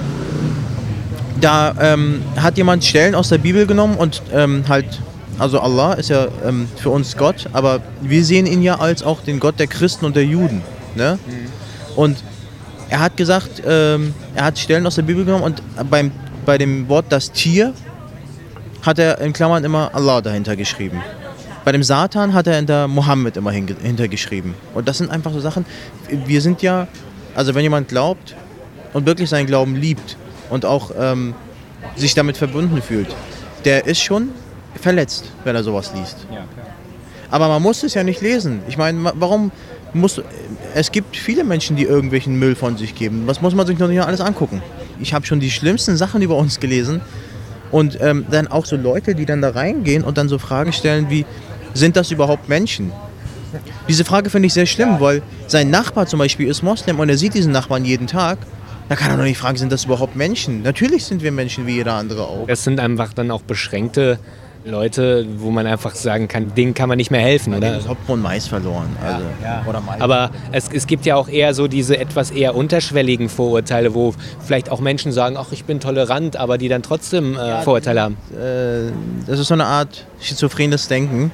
da ähm, hat jemand Stellen aus der Bibel genommen und ähm, halt, also Allah ist ja ähm, für uns Gott, aber wir sehen ihn ja als auch den Gott der Christen und der Juden. Ne? Mhm. Und er hat gesagt, ähm, er hat Stellen aus der Bibel genommen und beim, bei dem Wort das Tier hat er in Klammern immer Allah dahinter geschrieben. Bei dem Satan hat er in der Mohammed immer hinge- hintergeschrieben. Und das sind einfach so Sachen, wir sind ja, also wenn jemand glaubt und wirklich seinen Glauben liebt und auch ähm, sich damit verbunden fühlt, der ist schon verletzt, wenn er sowas liest. Ja, klar. Aber man muss es ja nicht lesen. Ich meine, warum muss... Es gibt viele Menschen, die irgendwelchen Müll von sich geben. Was muss man sich noch nicht alles angucken? Ich habe schon die schlimmsten Sachen über uns gelesen. Und ähm, dann auch so Leute, die dann da reingehen und dann so Fragen stellen wie, sind das überhaupt Menschen? Diese Frage finde ich sehr schlimm, weil sein Nachbar zum Beispiel ist Moslem und er sieht diesen Nachbarn jeden Tag. Da kann er doch nicht fragen, sind das überhaupt Menschen? Natürlich sind wir Menschen wie jeder andere auch. Das sind einfach dann auch beschränkte Leute, wo man einfach sagen kann, denen kann man nicht mehr helfen, oder? Das Hopfen und Mais verloren. Also, ja, ja. Oder Mais. Aber es, es gibt ja auch eher so diese etwas eher unterschwelligen Vorurteile, wo vielleicht auch Menschen sagen, ach, ich bin tolerant, aber die dann trotzdem äh, ja, Vorurteile haben. Äh, das ist so eine Art schizophrenes Denken.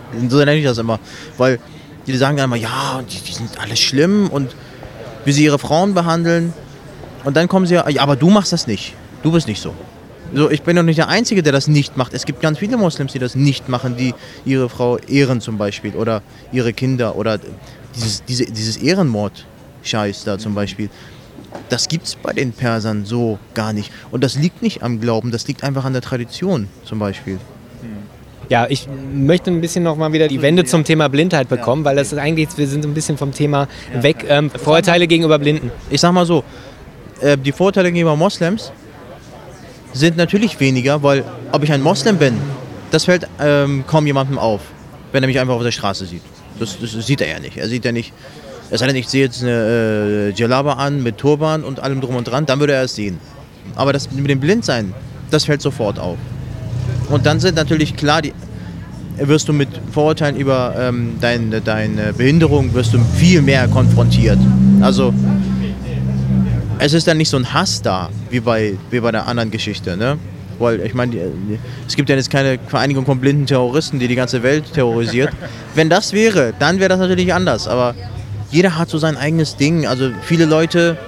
So nenne ich das immer. Weil die sagen dann immer, ja, die, die sind alle schlimm und wie sie ihre Frauen behandeln. Und dann kommen sie ja, ja, aber du machst das nicht. Du bist nicht so. So, ich bin doch nicht der Einzige, der das nicht macht. Es gibt ganz viele Moslems, die das nicht machen, die ihre Frau ehren zum Beispiel oder ihre Kinder oder dieses, diese, dieses Ehrenmord-Scheiß da zum Beispiel. Das gibt's bei den Persern so gar nicht. Und das liegt nicht am Glauben, das liegt einfach an der Tradition zum Beispiel. Ja, ich möchte ein bisschen nochmal wieder die Wende zum Thema Blindheit bekommen, weil das ist eigentlich, wir sind ein bisschen vom Thema weg. Ähm, Vorurteile gegenüber Blinden. Ich sag mal so, äh, die Vorurteile gegenüber Moslems sind natürlich weniger, weil ob ich ein Moslem bin, das fällt ähm, kaum jemandem auf, wenn er mich einfach auf der Straße sieht. Das, das sieht er ja nicht. Er sieht ja nicht, es sei denn, ich sehe jetzt eine äh, Djellaba an mit Turban und allem drum und dran, dann würde er es sehen. Aber das mit dem Blindsein, das fällt sofort auf. Und dann sind natürlich klar, die, wirst du mit Vorurteilen über ähm, deine, deine Behinderung wirst du viel mehr konfrontiert. Also es ist dann nicht so ein Hass da, wie bei, wie bei der anderen Geschichte, ne? Weil, ich meine, es gibt ja jetzt keine Vereinigung von blinden Terroristen, die die ganze Welt terrorisiert. Wenn das wäre, dann wäre das natürlich anders. Aber jeder hat so sein eigenes Ding. Also viele Leute,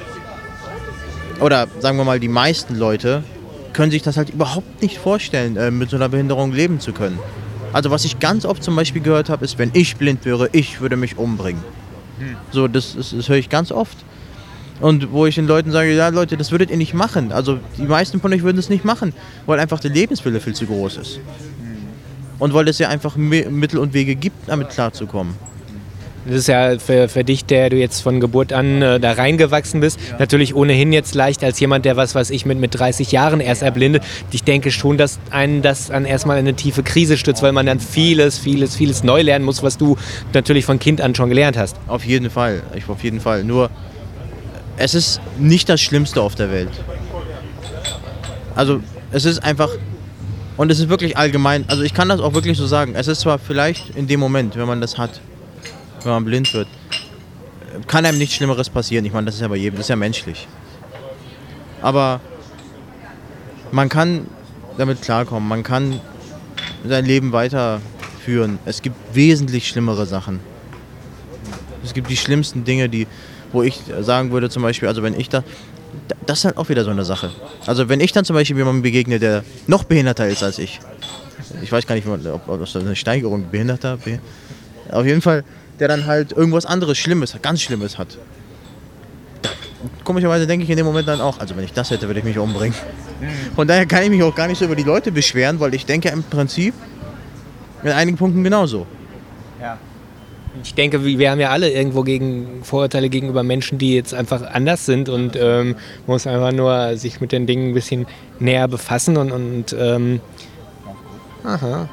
oder sagen wir mal die meisten Leute, können sich das halt überhaupt nicht vorstellen, äh, mit so einer Behinderung leben zu können. Also was ich ganz oft zum Beispiel gehört habe, ist, wenn ich blind wäre, ich würde mich umbringen. Hm. So, das, das, das höre ich ganz oft. Und wo ich den Leuten sage, ja Leute, das würdet ihr nicht machen. Also die meisten von euch würden es nicht machen, weil einfach der Lebenswille viel zu groß ist. Und weil es ja einfach Mittel und Wege gibt, damit klarzukommen. Das ist ja für, für dich, der du jetzt von Geburt an äh, da reingewachsen bist, ja. Natürlich ohnehin jetzt leicht als jemand, der was weiß ich mit, mit dreißig Jahren erst erblindet. Ich denke schon, dass einen das dann erstmal in eine tiefe Krise stützt, weil man dann vieles, vieles, vieles neu lernen muss, was du natürlich von Kind an schon gelernt hast. Auf jeden Fall, ich, auf jeden Fall. Nur es ist nicht das Schlimmste auf der Welt. Also es ist einfach, und es ist wirklich allgemein, also ich kann das auch wirklich so sagen, es ist zwar vielleicht in dem Moment, wenn man das hat, wenn man blind wird, kann einem nichts Schlimmeres passieren. Ich meine, das ist ja bei jedem, das ist ja menschlich. Aber man kann damit klarkommen, man kann sein Leben weiterführen. Es gibt wesentlich schlimmere Sachen. Es gibt die schlimmsten Dinge, die wo ich sagen würde zum Beispiel, also wenn ich da, das ist halt auch wieder so eine Sache. Also wenn ich dann zum Beispiel jemandem begegne, der noch behinderter ist als ich, ich weiß gar nicht, ob, ob das eine Steigerung behinderter, auf jeden Fall, der dann halt irgendwas anderes Schlimmes, ganz Schlimmes hat. Da, komischerweise denke ich in dem Moment dann auch, also wenn ich das hätte, würde ich mich umbringen. Von daher kann ich mich auch gar nicht so über die Leute beschweren, weil ich denke im Prinzip in einigen Punkten genauso. Ja. Ich denke, wir haben ja alle irgendwo gegen Vorurteile gegenüber Menschen, die jetzt einfach anders sind und ähm, man muss einfach nur sich mit den Dingen ein bisschen näher befassen und, und ähm, aha.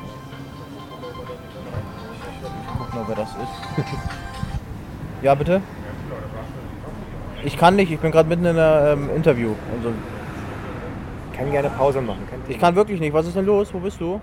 Gucken, ob wer das ist. Ja, bitte? Ich kann nicht, ich bin gerade mitten in einem ähm, Interview. Und so. Ich kann gerne Pause machen. Ich kann wirklich nicht. Was ist denn los? Wo bist du?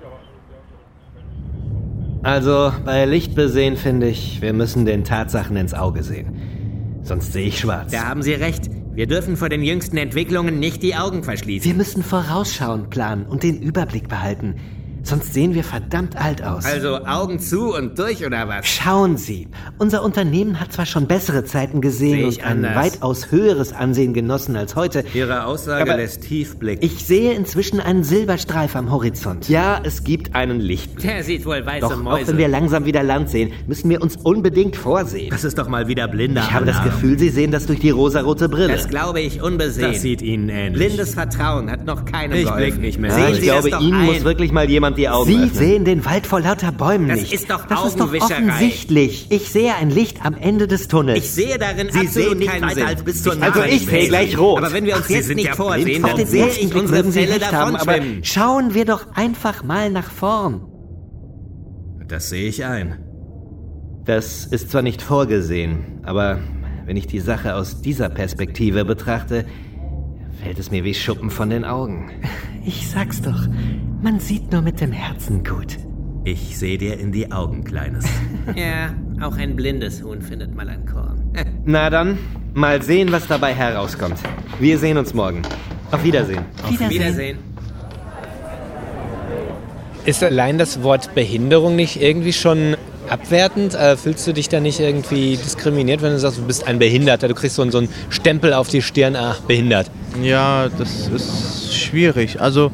Also, bei Lichtbesehen finde ich, wir müssen den Tatsachen ins Auge sehen. Sonst sehe ich schwarz. Da haben Sie recht. Wir dürfen vor den jüngsten Entwicklungen nicht die Augen verschließen. Wir müssen vorausschauend planen und den Überblick behalten. Sonst sehen wir verdammt alt aus. Also Augen zu und durch, oder was? Schauen Sie, unser Unternehmen hat zwar schon bessere Zeiten gesehen und ein anders. weitaus höheres Ansehen genossen als heute. Ihre Aussage aber lässt tief blicken. Ich sehe inzwischen einen Silberstreif am Horizont. Ja, es gibt einen Licht. Der sieht wohl weiße Doch Mäuse. auch wenn wir langsam wieder Land sehen, müssen wir uns unbedingt vorsehen. Das ist doch mal wieder blinder Ich habe das Alarm. Gefühl, Sie sehen das durch die rosarote Brille. Das glaube ich unbesehen. Das sieht Ihnen ähnlich. Blindes Vertrauen hat noch keinem Ich geholfen. blick nicht mehr. Sehen Ja, ich Sie glaube, das doch Ihnen ein. muss wirklich mal jemand die Augen Sie öffnen. Sie sehen den Wald vor lauter Bäumen Das nicht. ist doch Das ist doch Augenwischerei. offensichtlich. Ich sehe ein Licht am Ende des Tunnels. Ich sehe darin Sie absolut sehen nicht keinen weiter Sinn. als bis zur Ich- Also aber ich sehe sehe gleich rot. Aber wenn wir uns Ach, Sie jetzt sind nicht ja vorsehen, blind. dann Auf den sehe ersten ich Blick unsere mögen Sie Fälle recht haben, aber davonschwimmen. schauen wir doch einfach mal nach vorn. Das sehe ich ein. Das ist zwar nicht vorgesehen, aber wenn ich die Sache aus dieser Perspektive betrachte, fällt es mir wie Schuppen von den Augen. Ich sag's doch, man sieht nur mit dem Herzen gut. Ich sehe dir in die Augen, Kleines. Ja, auch ein blindes Huhn findet mal ein Korn. Na dann, mal sehen, was dabei herauskommt. Wir sehen uns morgen. Auf Wiedersehen. Auf Wiedersehen. Ist allein das Wort Behinderung nicht irgendwie schon abwertend? Äh, fühlst du dich da nicht irgendwie diskriminiert, wenn du sagst, du bist ein Behinderter? Du kriegst so, so einen Stempel auf die Stirn, ach, behindert. Ja, das ist schwierig. Also,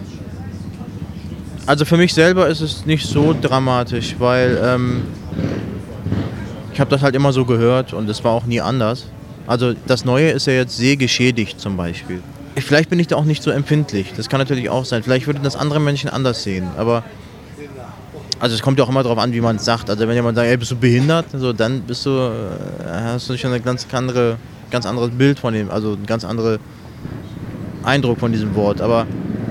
also für mich selber ist es nicht so dramatisch, weil ähm, ich habe das halt immer so gehört und es war auch nie anders. Also das Neue ist ja jetzt sehgeschädigt zum Beispiel. Vielleicht bin ich da auch nicht so empfindlich, das kann natürlich auch sein. Vielleicht würden das andere Menschen anders sehen, aber also es kommt ja auch immer darauf an, wie man es sagt. Also wenn jemand sagt, ey, bist du behindert, so, dann bist du, äh, hast du schon ein ganz, andere, ganz anderes Bild von dem, also ein ganz anderer Eindruck von diesem Wort. Aber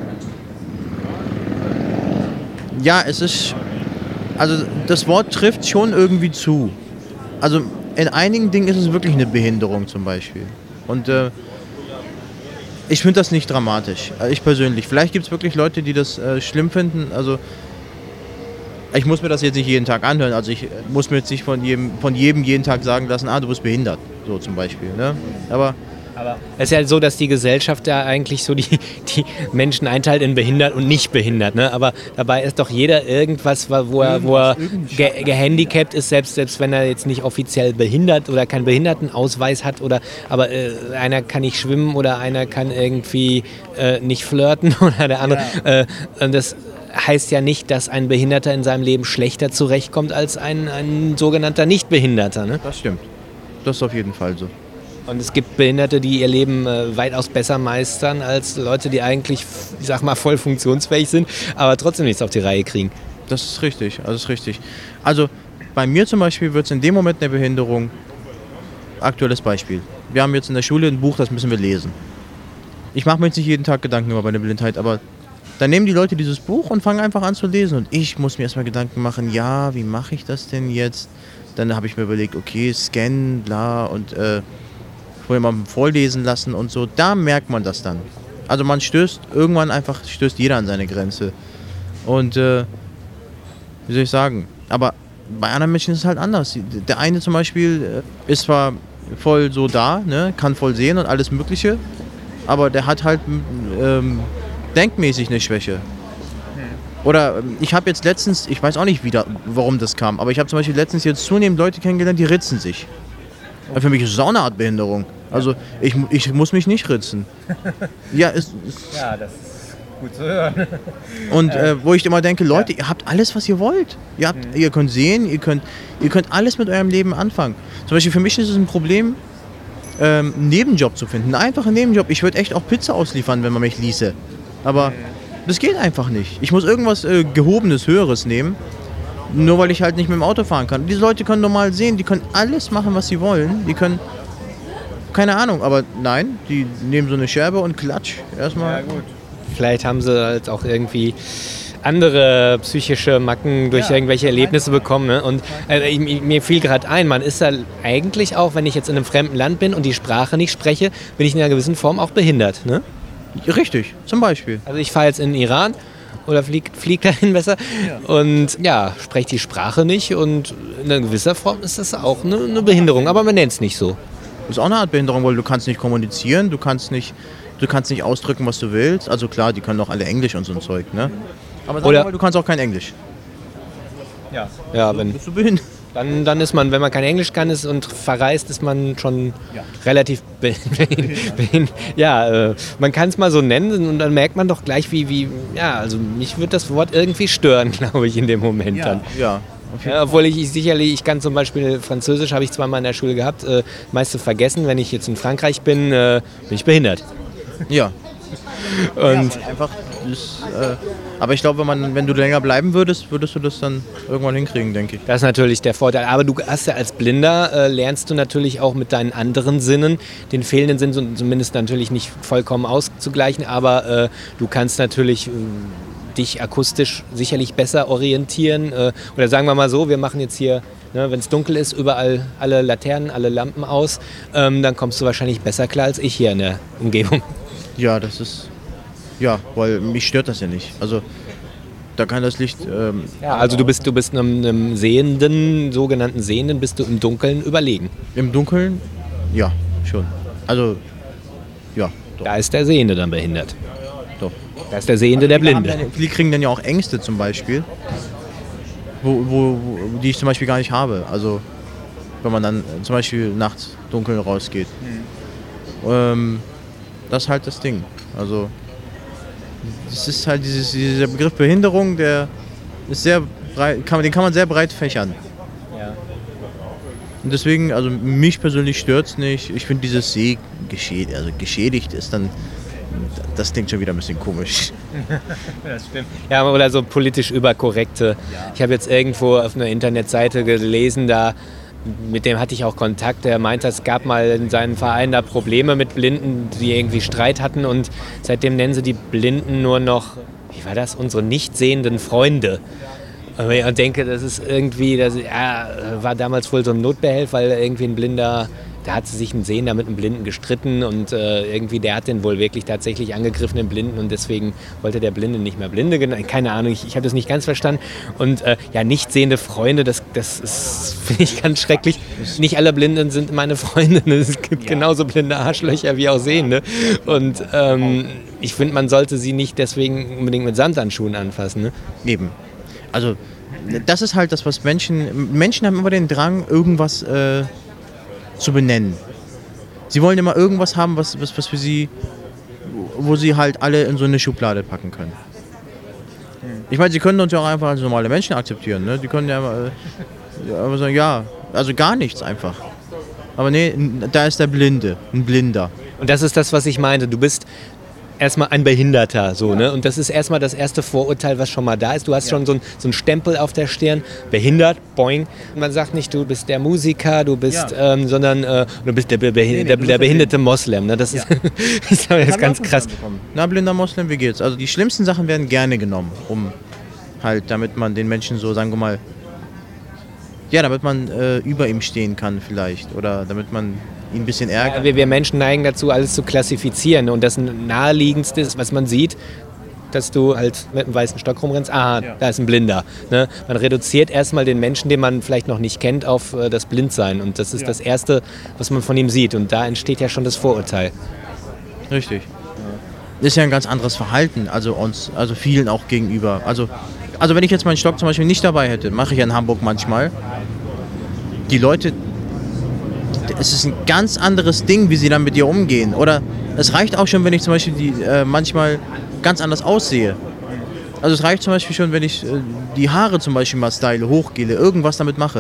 ja, es ist, also das Wort trifft schon irgendwie zu. Also in einigen Dingen ist es wirklich eine Behinderung zum Beispiel. Und äh, ich finde das nicht dramatisch, ich persönlich. Vielleicht gibt es wirklich Leute, die das äh, schlimm finden. Also ich muss mir das jetzt nicht jeden Tag anhören. Also ich muss mir jetzt nicht von jedem, von jedem jeden Tag sagen lassen, ah, du bist behindert, so zum Beispiel. Ne? Aber Aber es ist ja so, dass die Gesellschaft ja eigentlich so die, die Menschen einteilt in behindert und nicht behindert. Ne? Aber dabei ist doch jeder irgendwas, wo er, wo er ge- gehandicapt ist, selbst, selbst wenn er jetzt nicht offiziell behindert oder keinen Behindertenausweis hat. Oder, aber äh, einer kann nicht schwimmen oder einer kann irgendwie äh, nicht flirten oder der andere. Ja. Äh, und das heißt ja nicht, dass ein Behinderter in seinem Leben schlechter zurechtkommt als ein, ein sogenannter Nichtbehinderter. Ne? Das stimmt. Das ist auf jeden Fall so. Und es gibt Behinderte, die ihr Leben äh, weitaus besser meistern als Leute, die eigentlich, ich sag mal, voll funktionsfähig sind, aber trotzdem nichts auf die Reihe kriegen. Das ist richtig, das ist richtig. Also bei mir zum Beispiel wird es in dem Moment eine Behinderung, aktuelles Beispiel. Wir haben jetzt in der Schule ein Buch, das müssen wir lesen. Ich mache mir jetzt nicht jeden Tag Gedanken über meine Blindheit, aber dann nehmen die Leute dieses Buch und fangen einfach an zu lesen. Und ich muss mir erstmal Gedanken machen, ja, wie mache ich das denn jetzt? Dann habe ich mir überlegt, okay, scannen, bla und äh, vorher mal vorlesen lassen und so. Da merkt man das dann. Also man stößt, irgendwann einfach stößt jeder an seine Grenze. Und äh, wie soll ich sagen, aber bei anderen Menschen ist es halt anders. Der eine zum Beispiel ist zwar voll so da, ne, kann voll sehen und alles Mögliche, aber der hat halt ähm, denkmäßig eine Schwäche. Oder ich habe jetzt letztens, ich weiß auch nicht wieder, warum das kam, aber ich habe zum Beispiel letztens jetzt zunehmend Leute kennengelernt, die ritzen sich. Und für mich ist es auch eine Art Behinderung. Also ich, ich muss mich nicht ritzen. Ja, ist, ist ja, das ist gut zu hören. Und äh, wo ich immer denke, Leute, ihr habt alles, was ihr wollt. Ihr, habt, mhm. ihr könnt sehen, ihr könnt, ihr könnt alles mit eurem Leben anfangen. Zum Beispiel für mich ist es ein Problem, ähm, einen Nebenjob zu finden. Einen einfachen Nebenjob. Ich würde echt auch Pizza ausliefern, wenn man mich ließe. Aber mhm. das geht einfach nicht. Ich muss irgendwas äh, Gehobenes, Höheres nehmen. Nur weil ich halt nicht mit dem Auto fahren kann. Diese Leute können normal sehen, die können alles machen, was sie wollen. Die können, keine Ahnung, aber nein, die nehmen so eine Scherbe und klatsch erstmal. Ja, gut. Vielleicht haben sie halt auch irgendwie andere psychische Macken durch ja, irgendwelche Erlebnisse bekommen. Ne? Und äh, ich, mir fiel gerade ein, man ist da eigentlich auch, wenn ich jetzt in einem fremden Land bin und die Sprache nicht spreche, bin ich in einer gewissen Form auch behindert. Ne? Richtig, zum Beispiel. Also ich fahre jetzt in den Iran oder fliegt flieg dahin besser ja. und ja, spreche die Sprache nicht und in einer gewisser Form ist das auch eine, eine Behinderung, aber man nennt es nicht so. Das ist auch eine Art Behinderung, weil du kannst nicht kommunizieren, du kannst nicht, du kannst nicht ausdrücken, was du willst. Also klar, die können auch alle Englisch und so ein Zeug, ne? Aber sag mal, du kannst auch kein Englisch. Ja, ja wenn, bist du behindert. Dann, dann ist man, wenn man kein Englisch kann ist und verreist, ist man schon ja. relativ behindert. Ja, äh, man kann es mal so nennen und dann merkt man doch gleich, wie, wie ja, also mich wird das Wort irgendwie stören, glaube ich, in dem Moment ja. dann. Ja. Ja, obwohl ich, ich sicherlich, ich kann zum Beispiel Französisch, habe ich zwar mal in der Schule gehabt, äh, meiste vergessen, wenn ich jetzt in Frankreich bin, äh, bin ich behindert. Ja. Und ja, einfach das, äh, aber ich glaube, wenn, man, wenn du länger bleiben würdest, würdest du das dann irgendwann hinkriegen, denke ich. Das ist natürlich der Vorteil. Aber du hast ja als Blinder, äh, lernst du natürlich auch mit deinen anderen Sinnen, den fehlenden Sinn so, zumindest natürlich nicht vollkommen auszugleichen, aber äh, du kannst natürlich äh, dich akustisch sicherlich besser orientieren. Äh, oder sagen wir mal so, wir machen jetzt hier, ne, wenn es dunkel ist, überall alle Laternen, alle Lampen aus, ähm, dann kommst du wahrscheinlich besser klar als ich hier in der Umgebung. Ja, das ist, ja, weil mich stört das ja nicht. Also da kann das Licht... Ähm, ja, also du bist, du bist einem, einem Sehenden, sogenannten Sehenden, bist du im Dunkeln überlegen. Im Dunkeln? Ja, schon. Also, ja. Doch. Da ist der Sehende dann behindert. doch. Das ist der Sehende, der Viele haben Blinde. Dann, viele kriegen dann ja auch Ängste zum Beispiel, wo, wo, wo, die ich zum Beispiel gar nicht habe. Also wenn man dann zum Beispiel nachts dunkel rausgeht. Mhm. Ähm, das ist halt das Ding. Also das ist halt dieses, dieser Begriff Behinderung, der ist sehr breit, kann, den kann man sehr breit fächern. Ja. Und deswegen, also mich persönlich stört es nicht. Ich finde dieses See geschädigt, also geschädigt ist dann, das klingt schon wieder ein bisschen komisch. Das stimmt. Ja, oder so politisch überkorrekte. Ja. Ich habe jetzt irgendwo auf einer Internetseite gelesen, da mit dem hatte ich auch Kontakt, der meinte, es gab mal in seinem Verein da Probleme mit Blinden, die irgendwie Streit hatten und seitdem nennen sie die Blinden nur noch, wie war das, unsere nicht sehenden Freunde. Und ich denke, das ist irgendwie, das ja, war damals wohl so ein Notbehelf, weil irgendwie ein Blinder, da hat sich ein Sehender mit einem Blinden gestritten und äh, irgendwie der hat den wohl wirklich tatsächlich angegriffen, den Blinden, und deswegen wollte der Blinde nicht mehr Blinde genannt. Keine Ahnung, ich, ich habe das nicht ganz verstanden. Und äh, ja, nicht sehende Freunde, das, das ist, finde ich, ganz schrecklich. Nicht alle Blinden sind meine Freunde. Ne? Es gibt ja genauso blinde Arschlöcher wie auch Sehende. Und ähm, ich finde, man sollte sie nicht deswegen unbedingt mit Samthandschuhen anfassen. Ne? Eben. Also das ist halt das, was Menschen, Menschen haben immer den Drang, irgendwas äh, zu benennen. Sie wollen immer irgendwas haben, was, was, was für sie, wo sie halt alle in so eine Schublade packen können. Ich meine, sie können uns ja auch einfach als normale Menschen akzeptieren. Ne? Die können ja äh, aber sagen, ja, also gar nichts einfach. Aber nee, da ist der Blinde, ein Blinder. Und das ist das, was ich meinte. Du bist erstmal ein Behinderter, so, ne? Und das ist erstmal das erste Vorurteil, was schon mal da ist. Du hast ja schon so ein, so ein Stempel auf der Stirn, behindert, boing. Man sagt nicht, du bist der Musiker, du bist, ja. ähm, sondern äh, du bist der, Be Be nee, nee, der, der behinderte Moslem. Ne? Das ist, ja. ist, das ist ganz krass. Na, blinder Moslem, wie geht's? Also die schlimmsten Sachen werden gerne genommen, um halt, damit man den Menschen so, sagen wir mal, ja, damit man äh, über ihm stehen kann vielleicht, oder damit man ihn ein bisschen ärgert. Ja, wir, wir Menschen neigen dazu, alles zu klassifizieren, und das Naheliegendste ist, was man sieht, dass du halt mit einem weißen Stock rumrennst, aha, ja. Da ist ein Blinder. Ne? Man reduziert erstmal den Menschen, den man vielleicht noch nicht kennt, auf äh, das Blindsein, und das ist ja. das Erste, was man von ihm sieht, und da entsteht ja schon das Vorurteil. Richtig. Das ist ja ein ganz anderes Verhalten, also uns, also vielen auch gegenüber. Also, also wenn ich jetzt meinen Stock zum Beispiel nicht dabei hätte, mache ich ja in Hamburg manchmal, die Leute, es ist ein ganz anderes Ding, wie sie dann mit dir umgehen. Oder es reicht auch schon, wenn ich zum Beispiel die, äh, manchmal ganz anders aussehe. Also es reicht zum Beispiel schon, wenn ich äh, die Haare zum Beispiel mal style, hochgehe, irgendwas damit mache.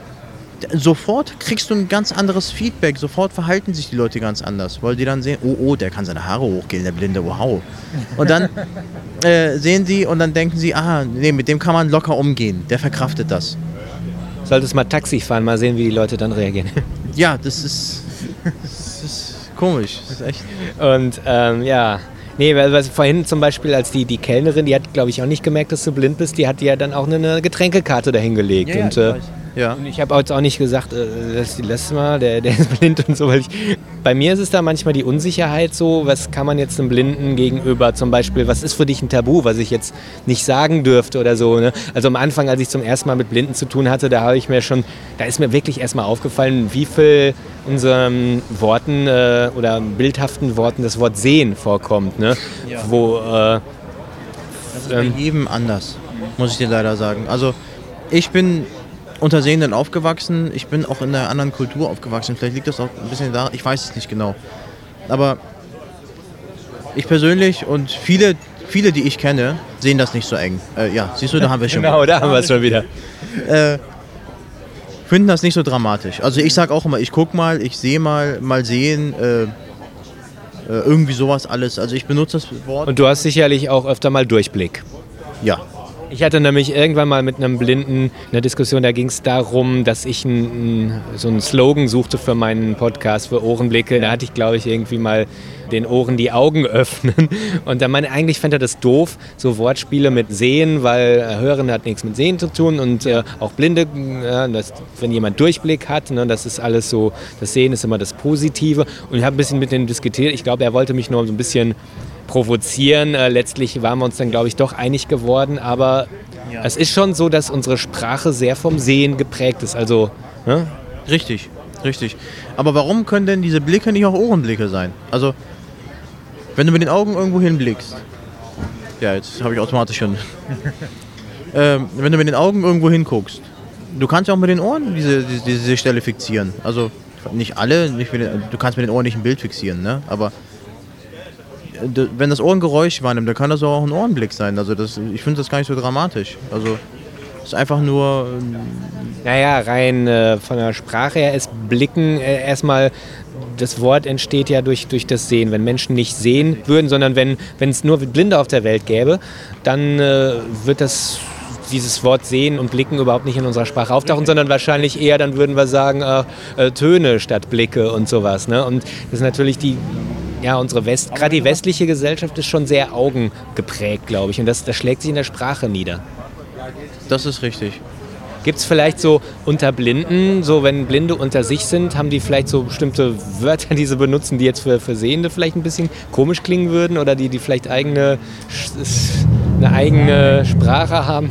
Sofort kriegst du ein ganz anderes Feedback, sofort verhalten sich die Leute ganz anders, weil die dann sehen, oh, oh, der kann seine Haare hochgehen, der Blinde, wow. Und dann äh, sehen sie und dann denken sie, ah, nee, mit dem kann man locker umgehen, der verkraftet das. Solltest mal Taxi fahren, mal sehen, wie die Leute dann reagieren. Ja, das ist, das ist komisch, das ist echt. Und ähm, ja, nee, weil vorhin zum Beispiel, als die, die Kellnerin, die hat, glaube ich, auch nicht gemerkt, dass du blind bist, die hat dir ja dann auch eine Getränkekarte dahingelegt. Ja, und, ja, ich, äh, ja. und ich habe jetzt auch nicht gesagt, äh, lass, lass mal, der, der ist blind und so. Weil ich, bei mir ist es da manchmal die Unsicherheit so, was kann man jetzt einem Blinden gegenüber zum Beispiel, was ist für dich ein Tabu, was ich jetzt nicht sagen dürfte oder so. Ne? Also am Anfang, als ich zum ersten Mal mit Blinden zu tun hatte, da habe ich mir schon, da ist mir wirklich erstmal aufgefallen, wie viel unseren Worten äh, oder bildhaften Worten das Wort sehen vorkommt. Ne? Ja. Wo, äh, das ist bei jedem anders, muss ich dir leider sagen. Also ich bin unter Sehenden aufgewachsen, ich bin auch in einer anderen Kultur aufgewachsen. Vielleicht liegt das auch ein bisschen da, ich weiß es nicht genau. Aber ich persönlich und viele, viele, die ich kenne, sehen das nicht so eng. Äh, ja, siehst du, da haben wir schon. Genau, da haben wir es schon wieder. Äh, finden das nicht so dramatisch. Also ich sage auch immer, ich guck mal, ich sehe mal, mal sehen, äh, äh, irgendwie sowas alles. Also ich benutze das Wort. Und du hast sicherlich auch öfter mal Durchblick. Ja. Ich hatte nämlich irgendwann mal mit einem Blinden eine Diskussion, da ging es darum, dass ich ein, so einen Slogan suchte für meinen Podcast, für Ohrenblicke. Da hatte ich, glaube ich, irgendwie mal den Ohren die Augen öffnen. Und dann meine, eigentlich fand er das doof, so Wortspiele mit Sehen, weil Hören hat nichts mit Sehen zu tun, und äh, auch Blinde, äh, das, wenn jemand Durchblick hat, ne, das ist alles so, das Sehen ist immer das Positive. Und ich habe ein bisschen mit denen diskutiert. Ich glaube, er wollte mich nur so ein bisschen provozieren. Äh, letztlich waren wir uns dann, glaube ich, doch einig geworden. Aber ja. Es ist schon so, dass unsere Sprache sehr vom Sehen geprägt ist. Also, ne? Richtig, richtig. Aber warum können denn diese Blicke nicht auch Ohrenblicke sein? Also, wenn du mit den Augen irgendwo hinblickst, Ja, jetzt habe ich automatisch schon. ähm, wenn du mit den Augen irgendwo hinguckst, du kannst ja auch mit den Ohren diese, diese, diese Stelle fixieren. Also nicht alle, nicht mit den, du kannst mit den Ohren nicht ein Bild fixieren, ne? Aber wenn das Ohr ein Geräusch wahrnimmt, dann kann das auch ein Ohrenblick sein. Also das, ich finde das gar nicht so dramatisch. Also es ist einfach nur... Ähm naja, rein äh, von der Sprache her ist Blicken äh, erstmal... Das Wort entsteht ja durch, durch das Sehen. Wenn Menschen nicht sehen würden, sondern wenn es nur Blinde auf der Welt gäbe, dann äh, wird das... dieses Wort Sehen und Blicken überhaupt nicht in unserer Sprache auftauchen, sondern wahrscheinlich eher, dann würden wir sagen, äh, äh, Töne statt Blicke und sowas. Ne? Und das ist natürlich die, ja, unsere West, gerade die westliche Gesellschaft ist schon sehr augengeprägt, glaube ich. Und das, das schlägt sich in der Sprache nieder. Das ist richtig. Gibt es vielleicht so unter Blinden, so wenn Blinde unter sich sind, haben die vielleicht so bestimmte Wörter, die sie benutzen, die jetzt für, für Sehende vielleicht ein bisschen komisch klingen würden oder die, die vielleicht eigene, eine eigene Sprache haben?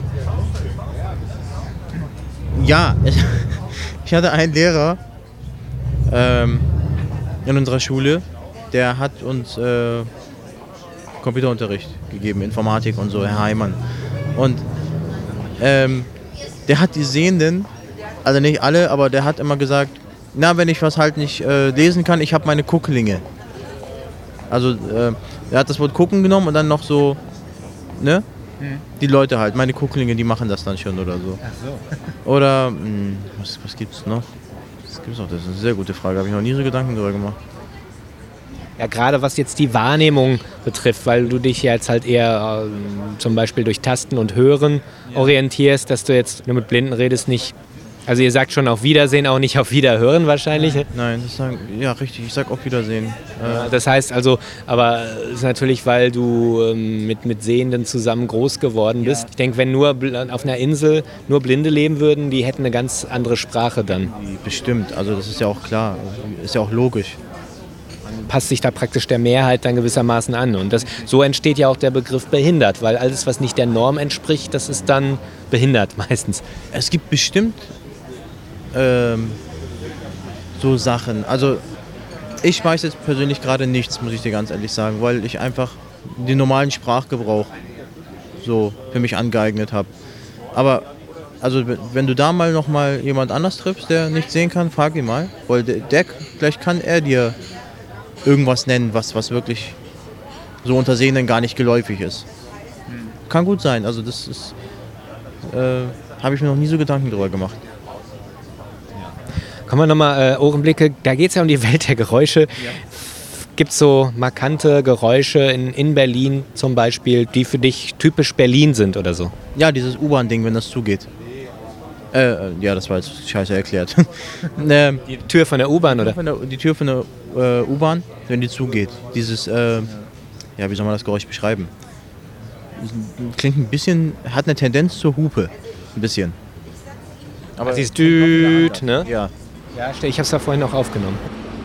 Ja, ich hatte einen Lehrer ähm, in unserer Schule, der hat uns äh, Computerunterricht gegeben, Informatik und so, Herr Heimann. Und ähm, der hat die Sehenden, also nicht alle, aber der hat immer gesagt, na, wenn ich was halt nicht äh, lesen kann, ich habe meine Gucklinge. Also äh, er hat das Wort gucken genommen und dann noch so, ne? Hm. Die Leute halt, meine Gucklinge, die machen das dann schon oder so. Ach so. Oder, mh, was, was gibt's noch? Was gibt's noch? Das ist eine sehr gute Frage, habe ich noch nie so Gedanken drüber gemacht. Ja, gerade was jetzt die Wahrnehmung betrifft, weil du dich jetzt halt eher äh, zum Beispiel durch Tasten und Hören ja. orientierst, dass du jetzt nur mit Blinden redest, nicht, also ihr sagt schon auf Wiedersehen, auch nicht auf Wiederhören wahrscheinlich. Nein, Nein das sagen, ja richtig, ich sag auf Wiedersehen. Ja, das heißt also, aber es ist natürlich, weil du ähm, mit, mit Sehenden zusammen groß geworden bist. Ja. Ich denke, wenn nur auf einer Insel nur Blinde leben würden, die hätten eine ganz andere Sprache dann. Bestimmt, also das ist ja auch klar, ist ja auch logisch. Passt sich da praktisch der Mehrheit dann gewissermaßen an. Und das, so entsteht ja auch der Begriff behindert, weil alles, was nicht der Norm entspricht, das ist dann behindert meistens. Es gibt bestimmt ähm, so Sachen, also ich weiß jetzt persönlich gerade nichts, muss ich dir ganz ehrlich sagen, weil ich einfach den normalen Sprachgebrauch so für mich angeeignet habe. Aber also wenn du da mal noch mal jemand anders triffst, der nicht sehen kann, frag ihn mal, weil der, der vielleicht kann er dir irgendwas nennen, was, was wirklich so unter Sehenden gar nicht geläufig ist. Hm. Kann gut sein, also das ist, äh, habe ich mir noch nie so Gedanken drüber gemacht. Kommen wir nochmal, äh, Ohrenblicke, da geht es ja um die Welt der Geräusche. Ja. Gibt es so markante Geräusche in, in Berlin zum Beispiel, die für dich typisch Berlin sind oder so? Ja, dieses U-Bahn-Ding, wenn das zugeht. Äh, ja, das war jetzt scheiße erklärt. ähm, die Tür von der U-Bahn, oder? Der, die Tür von der äh, U-Bahn, wenn die zugeht. Dieses, äh, ja, wie soll man das Geräusch beschreiben? Klingt ein bisschen, hat eine Tendenz zur Hupe. Ein bisschen. Aber sie ist düt, ne? Ja. Ja, ich habe es da vorhin noch aufgenommen.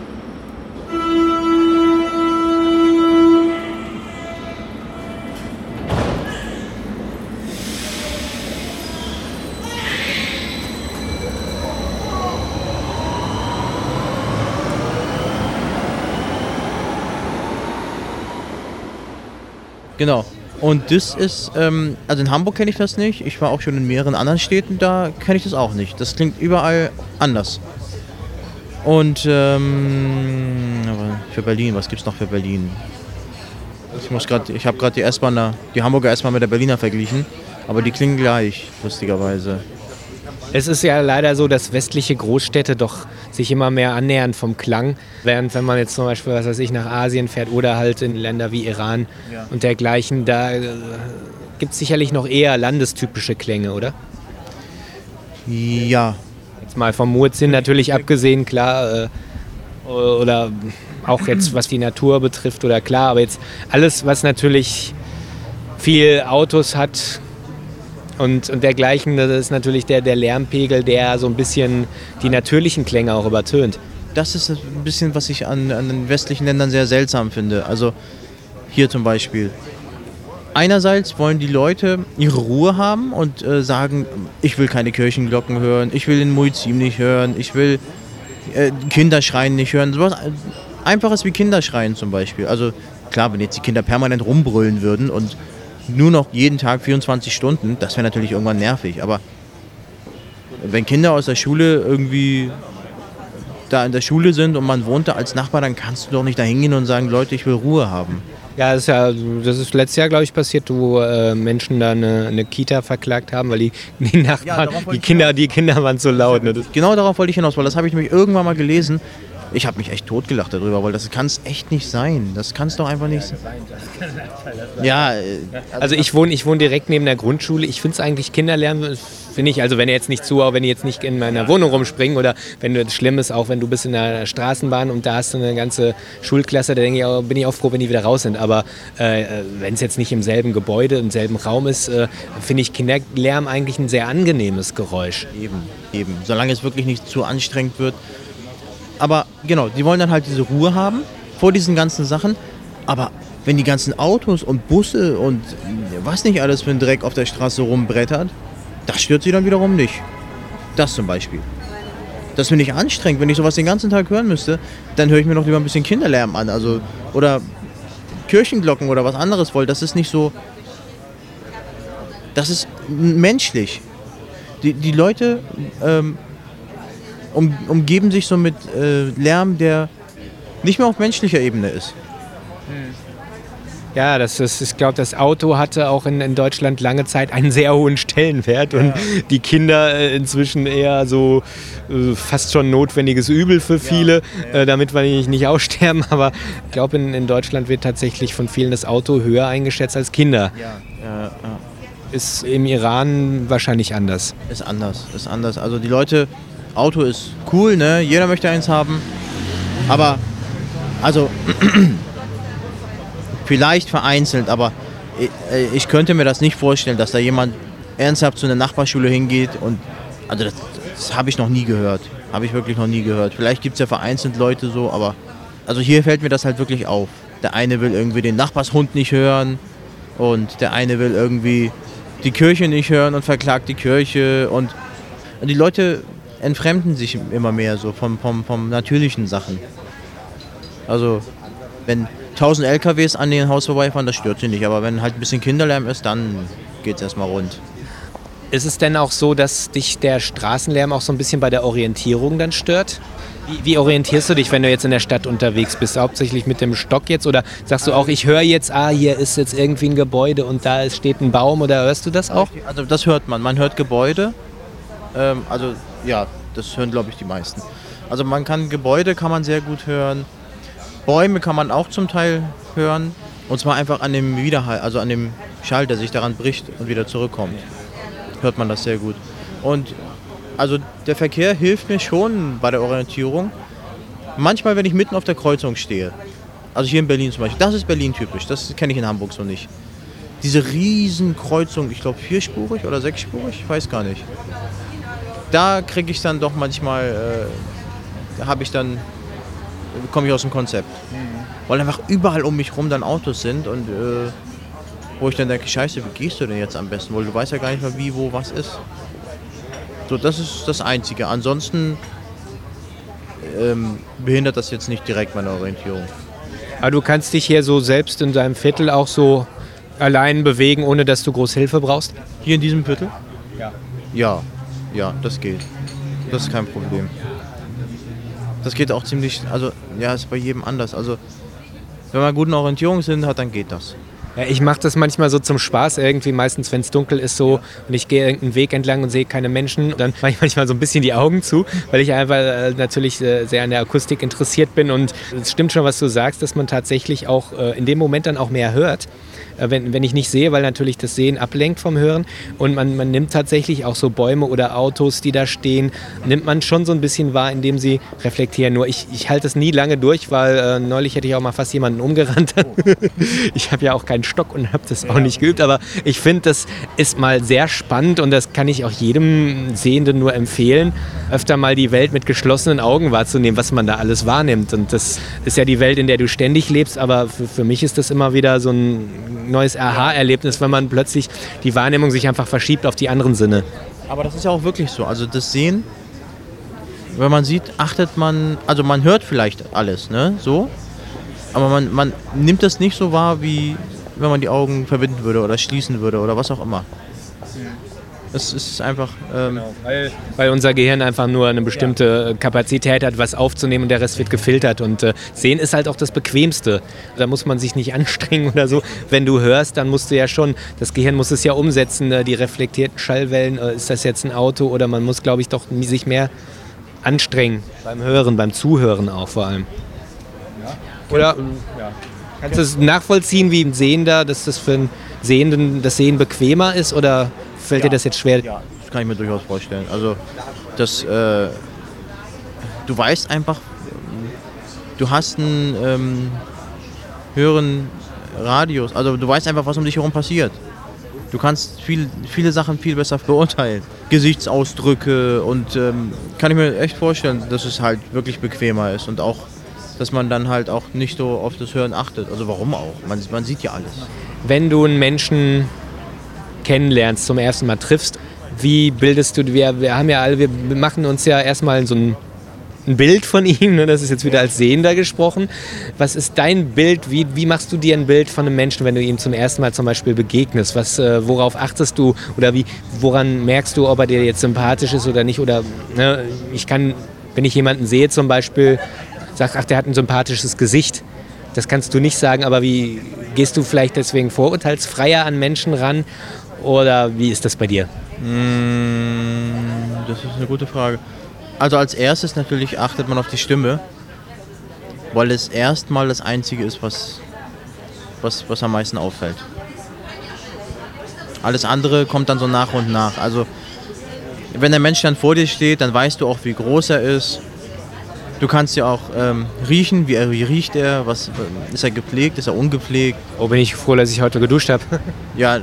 Genau. Und das ist, ähm, also in Hamburg kenne ich das nicht. Ich war auch schon in mehreren anderen Städten, da kenne ich das auch nicht. Das klingt überall anders. Und ähm, aber für Berlin, was gibt's noch für Berlin? Ich muss gerade, ich habe gerade die S-Bahn, die Hamburger S-Bahn mit der Berliner verglichen, aber die klingen gleich, lustigerweise. Es ist ja leider so, dass westliche Großstädte doch sich immer mehr annähern vom Klang. Während wenn man jetzt zum Beispiel, was weiß ich, nach Asien fährt oder halt in Länder wie Iran ja. und dergleichen, da äh, gibt es sicherlich noch eher landestypische Klänge, oder? Ja. Jetzt mal vom Muezzin natürlich abgesehen, klar. Äh, oder auch jetzt, was die Natur betrifft, oder klar. Aber jetzt alles, was natürlich viel Autos hat, Und, und dergleichen, das ist natürlich der, der Lärmpegel, der so ein bisschen die natürlichen Klänge auch übertönt. Das ist ein bisschen, was ich an, an den westlichen Ländern sehr seltsam finde. Also hier zum Beispiel. Einerseits wollen die Leute ihre Ruhe haben und äh, sagen, ich will keine Kirchenglocken hören, ich will den Muezzin nicht hören, ich will äh, Kinderschreien nicht hören. So was Einfaches wie Kinderschreien zum Beispiel. Also klar, wenn jetzt die Kinder permanent rumbrüllen würden und nur noch jeden Tag vierundzwanzig Stunden, das wäre natürlich irgendwann nervig. Aber wenn Kinder aus der Schule irgendwie da in der Schule sind und man wohnt da als Nachbar, dann kannst du doch nicht da hingehen und sagen, Leute, ich will Ruhe haben. Ja, das ist ja, das ist letztes Jahr, glaube ich, passiert, wo äh, Menschen da eine, eine Kita verklagt haben, weil die, die Nachbarn, Ja, die Kinder, die Kinder waren so laut. Ne? Das Genau darauf wollte ich hinaus, weil das habe ich nämlich irgendwann mal gelesen. Ich habe mich echt totgelacht darüber, weil das kann es echt nicht sein. Das kann es doch einfach nicht sein. Ja, äh, Also ich wohne, ich wohne direkt neben der Grundschule. Ich finde es eigentlich Kinderlärm, finde ich, also wenn ihr jetzt nicht zu, wenn ihr jetzt nicht in meiner Wohnung rumspringen oder wenn du das schlimm ist, auch wenn du bist in der Straßenbahn und da hast du eine ganze Schulklasse, da denke ich, auch, bin ich auch froh, wenn die wieder raus sind. Aber äh, wenn es jetzt nicht im selben Gebäude, im selben Raum ist, äh, finde ich Kinderlärm eigentlich ein sehr angenehmes Geräusch. eben, eben. Solange es wirklich nicht zu anstrengend wird. Aber genau, die wollen dann halt diese Ruhe haben vor diesen ganzen Sachen. Aber wenn die ganzen Autos und Busse und was nicht alles für ein Dreck auf der Straße rumbrettert, das stört sie dann wiederum nicht. Das zum Beispiel. Das finde ich anstrengend. Wenn ich sowas den ganzen Tag hören müsste, dann höre ich mir noch lieber ein bisschen Kinderlärm an. Also, oder Kirchenglocken oder was anderes wollt. Das ist nicht so... Das ist menschlich. Die, die Leute... Ähm, Um, umgeben sich so mit äh, Lärm, der nicht mehr auf menschlicher Ebene ist. Ja, das ist, ich glaube, das Auto hatte auch in, in Deutschland lange Zeit einen sehr hohen Stellenwert und die Kinder äh, inzwischen eher so äh, fast schon notwendiges Übel für viele, ja, ja. Äh, damit wir nicht, nicht aussterben. Aber ich glaube, in, in Deutschland wird tatsächlich von vielen das Auto höher eingeschätzt als Kinder. Ja. Ja, ja. Ist im Iran wahrscheinlich anders. Ist anders, ist anders. Also die Leute... Auto ist cool, ne? Jeder möchte eins haben. Aber, also, vielleicht vereinzelt, aber ich, ich könnte mir das nicht vorstellen, dass da jemand ernsthaft zu einer Nachbarschule hingeht und, also das, das habe ich noch nie gehört. Habe ich wirklich noch nie gehört. Vielleicht gibt es ja vereinzelt Leute so, aber, also hier fällt mir das halt wirklich auf. Der eine will irgendwie den Nachbarshund nicht hören und der eine will irgendwie die Kirche nicht hören und verklagt die Kirche und, und die Leute entfremden sich immer mehr so vom, vom, vom natürlichen Sachen. Also wenn tausend L K Ws an den Haus vorbeifahren, das stört sie nicht. Aber wenn halt ein bisschen Kinderlärm ist, dann geht es erstmal rund. Ist es denn auch so, dass dich der Straßenlärm auch so ein bisschen bei der Orientierung dann stört? Wie, wie orientierst du dich, wenn du jetzt in der Stadt unterwegs bist? Hauptsächlich mit dem Stock jetzt? Oder sagst du auch, ich höre jetzt, ah, hier ist jetzt irgendwie ein Gebäude und da steht ein Baum? Oder hörst du das auch? Also das hört man. Man hört Gebäude. Ähm, also ja, das hören, glaube ich, die meisten. Also man kann Gebäude kann man sehr gut hören. Bäume kann man auch zum Teil hören. Und zwar einfach an dem Widerhall, also an dem Schall, der sich daran bricht und wieder zurückkommt. Hört man das sehr gut. Und also der Verkehr hilft mir schon bei der Orientierung. Manchmal, wenn ich mitten auf der Kreuzung stehe. Also hier in Berlin zum Beispiel. Das ist Berlin-typisch. Das kenne ich in Hamburg so nicht. Diese riesen Kreuzung, ich glaube vierspurig oder sechsspurig, ich weiß gar nicht. Da kriege ich dann doch manchmal, äh, da habe ich dann, komme ich aus dem Konzept. Mhm. Weil einfach überall um mich rum dann Autos sind und äh, wo ich dann denke, scheiße, wie gehst du denn jetzt am besten? Weil du weißt ja gar nicht mehr, wie, wo, was ist. So, das ist das Einzige. Ansonsten ähm, behindert das jetzt nicht direkt meine Orientierung. Aber du kannst dich hier so selbst in deinem Viertel auch so allein bewegen, ohne dass du groß Hilfe brauchst? Hier in diesem Viertel? Ja. Ja. Ja, das geht. Das ist kein Problem. Das geht auch ziemlich, also ja, ist bei jedem anders. Also wenn man guten Orientierungssinn hat, dann geht das. Ja, ich mache das manchmal so zum Spaß irgendwie, meistens wenn es dunkel ist so und ich gehe irgendeinen Weg entlang und sehe keine Menschen, dann mache ich manchmal so ein bisschen die Augen zu, weil ich einfach äh, natürlich äh, sehr an der Akustik interessiert bin und es stimmt schon, was du sagst, dass man tatsächlich auch äh, in dem Moment dann auch mehr hört. Wenn, wenn ich nicht sehe, weil natürlich das Sehen ablenkt vom Hören und man, man nimmt tatsächlich auch so Bäume oder Autos, die da stehen, nimmt man schon so ein bisschen wahr, indem sie reflektieren. Nur ich, ich halte es nie lange durch, weil äh, neulich hätte ich auch mal fast jemanden umgerannt. Oh. Ich habe ja auch keinen Stock und habe das auch nicht geübt, aber ich finde, das ist mal sehr spannend und das kann ich auch jedem Sehenden nur empfehlen, öfter mal die Welt mit geschlossenen Augen wahrzunehmen, was man da alles wahrnimmt. Und das ist ja die Welt, in der du ständig lebst, aber für, für mich ist das immer wieder so ein neues Aha-Erlebnis, wenn man plötzlich die Wahrnehmung sich einfach verschiebt auf die anderen Sinne. Aber das ist ja auch wirklich so. Also das Sehen, wenn man sieht, achtet man, also man hört vielleicht alles, ne, so. Aber man, man nimmt das nicht so wahr, wie wenn man die Augen verbinden würde oder schließen würde oder was auch immer. Es ist einfach... Ähm genau, weil, weil unser Gehirn einfach nur eine bestimmte ja. Kapazität hat, was aufzunehmen und der Rest wird gefiltert. Und äh, Sehen ist halt auch das Bequemste. Da muss man sich nicht anstrengen oder so. Wenn du hörst, dann musst du ja schon, das Gehirn muss es ja umsetzen, äh, die reflektierten Schallwellen, äh, ist das jetzt ein Auto oder man muss, glaube ich, doch sich mehr anstrengen beim Hören, beim Zuhören auch vor allem. Ja. Oder ja. Kannst du es nachvollziehen, wie ein Sehender, dass das für einen Sehenden das Sehen bequemer ist oder fällt ja. dir das jetzt schwer? Ja, das kann ich mir durchaus vorstellen. Also, das, äh, du weißt einfach, du hast einen ähm, höheren Radius, also du weißt einfach, was um dich herum passiert. Du kannst viel, viele Sachen viel besser beurteilen. Gesichtsausdrücke und ähm, kann ich mir echt vorstellen, dass es halt wirklich bequemer ist und auch, dass man dann halt auch nicht so auf das Hören achtet. Also warum auch? Man, man sieht ja alles. Wenn du einen Menschen kennenlernst, zum ersten Mal triffst, wie bildest du, wir, wir haben ja alle, wir machen uns ja erstmal so ein, ein Bild von ihm, ne? Das ist jetzt wieder als Sehender gesprochen. Was ist dein Bild, wie, wie machst du dir ein Bild von einem Menschen, wenn du ihm zum ersten Mal zum Beispiel begegnest? Was, äh, worauf achtest du oder wie, woran merkst du, ob er dir jetzt sympathisch ist oder nicht? Oder ne, ich kann, wenn ich jemanden sehe zum Beispiel, sag, ach, der hat ein sympathisches Gesicht. Das kannst du nicht sagen, aber wie gehst du vielleicht deswegen vorurteilsfreier an Menschen ran? Oder wie ist das bei dir? Das ist eine gute Frage. Also als erstes natürlich achtet man auf die Stimme, weil es erstmal das Einzige ist, was, was, was am meisten auffällt. Alles andere kommt dann so nach und nach. Also wenn der Mensch dann vor dir steht, dann weißt du auch, wie groß er ist. Du kannst ja auch ähm, riechen, wie, er, wie riecht er, was, ist er gepflegt, ist er ungepflegt. Oh, bin ich froh, dass ich heute geduscht habe. Ja,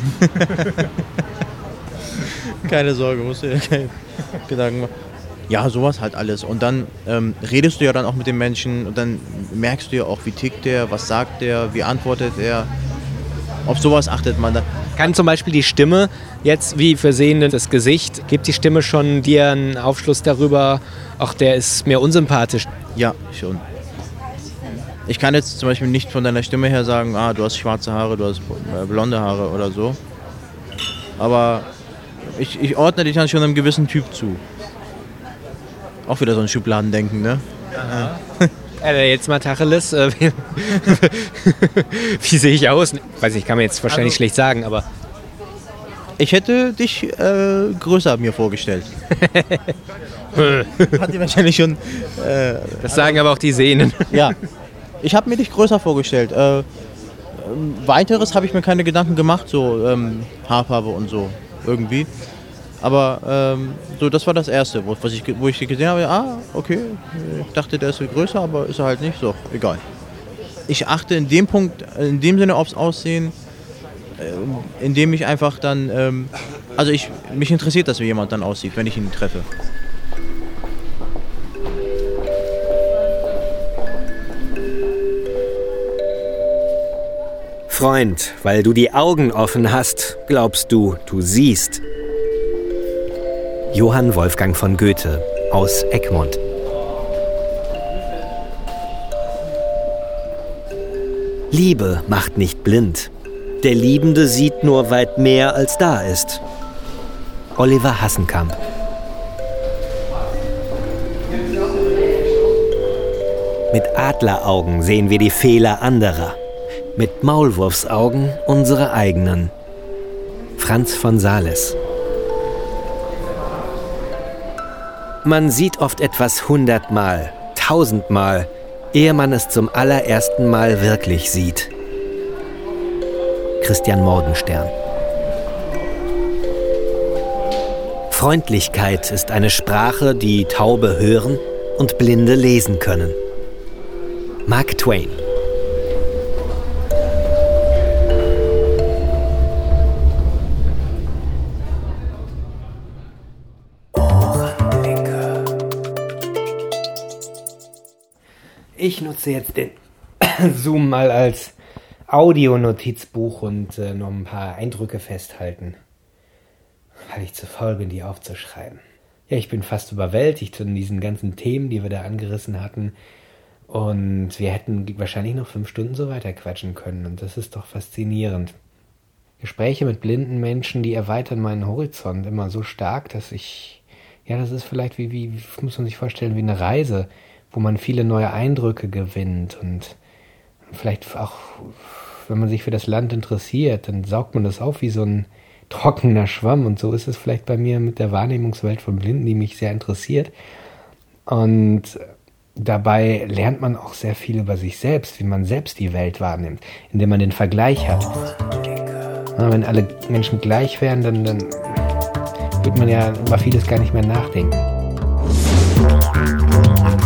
keine Sorge, musst du dir keine Gedanken machen. Ja, sowas halt alles. Und dann ähm, redest du ja dann auch mit dem Menschen und dann merkst du ja auch, wie tickt der, was sagt der, wie antwortet er. Auf sowas achtet man dann. Kann zum Beispiel die Stimme jetzt, wie für Sehende das Gesicht, gibt die Stimme schon dir einen Aufschluss darüber, ach, der ist mir unsympathisch? Ja, schon. Ich kann jetzt zum Beispiel nicht von deiner Stimme her sagen, ah, du hast schwarze Haare, du hast blonde Haare oder so. Aber ich, ich ordne dich dann schon einem gewissen Typ zu. Auch wieder so ein Schubladendenken, ne? Aha. Äh, jetzt mal Tacheles, äh, wie, wie sehe ich aus? Weiß nicht, kann man jetzt wahrscheinlich also, schlecht sagen, aber... Ich hätte dich äh, größer mir vorgestellt. Hat dir wahrscheinlich schon... Äh, das sagen also, aber auch die Sehnen. Ja, ich habe mir dich größer vorgestellt. Äh, weiteres habe ich mir keine Gedanken gemacht, so ähm, Haarfarbe und so irgendwie. Aber ähm, so, das war das Erste, wo, was ich, wo ich gesehen habe, ah, okay, ich dachte, der ist viel größer, aber ist er halt nicht, so, egal. Ich achte in dem Punkt, in dem Sinne aufs Aussehen, äh, indem ich einfach dann, ähm, also ich, mich interessiert, dass wie jemand dann aussieht, wenn ich ihn treffe. Freund, weil du die Augen offen hast, glaubst du, du siehst. Johann Wolfgang von Goethe aus Egmont. Liebe macht nicht blind. Der Liebende sieht nur weit mehr, als da ist. Oliver Hassenkamp. Mit Adleraugen sehen wir die Fehler anderer. Mit Maulwurfsaugen unsere eigenen. Franz von Sales. Man sieht oft etwas hundertmal, tausendmal, ehe man es zum allerersten Mal wirklich sieht. Christian Morgenstern. Freundlichkeit ist eine Sprache, die Taube hören und Blinde lesen können. Mark Twain. Ich nutze jetzt den Zoom mal als Audionotizbuch und äh, noch ein paar Eindrücke festhalten, weil ich zu faul bin, die aufzuschreiben. Ja, ich bin fast überwältigt von diesen ganzen Themen, die wir da angerissen hatten. Und wir hätten wahrscheinlich noch fünf Stunden so weiter quatschen können. Und das ist doch faszinierend. Gespräche mit blinden Menschen, die erweitern meinen Horizont immer so stark, dass ich, ja, das ist vielleicht wie, wie, muss man sich vorstellen, wie eine Reise, wo man viele neue Eindrücke gewinnt und vielleicht auch, wenn man sich für das Land interessiert, dann saugt man das auf wie so ein trockener Schwamm. Und so ist es vielleicht bei mir mit der Wahrnehmungswelt von Blinden, die mich sehr interessiert. Und dabei lernt man auch sehr viel über sich selbst, wie man selbst die Welt wahrnimmt, indem man den Vergleich hat. Ja, wenn alle Menschen gleich wären, dann, dann würde man ja über vieles gar nicht mehr nachdenken.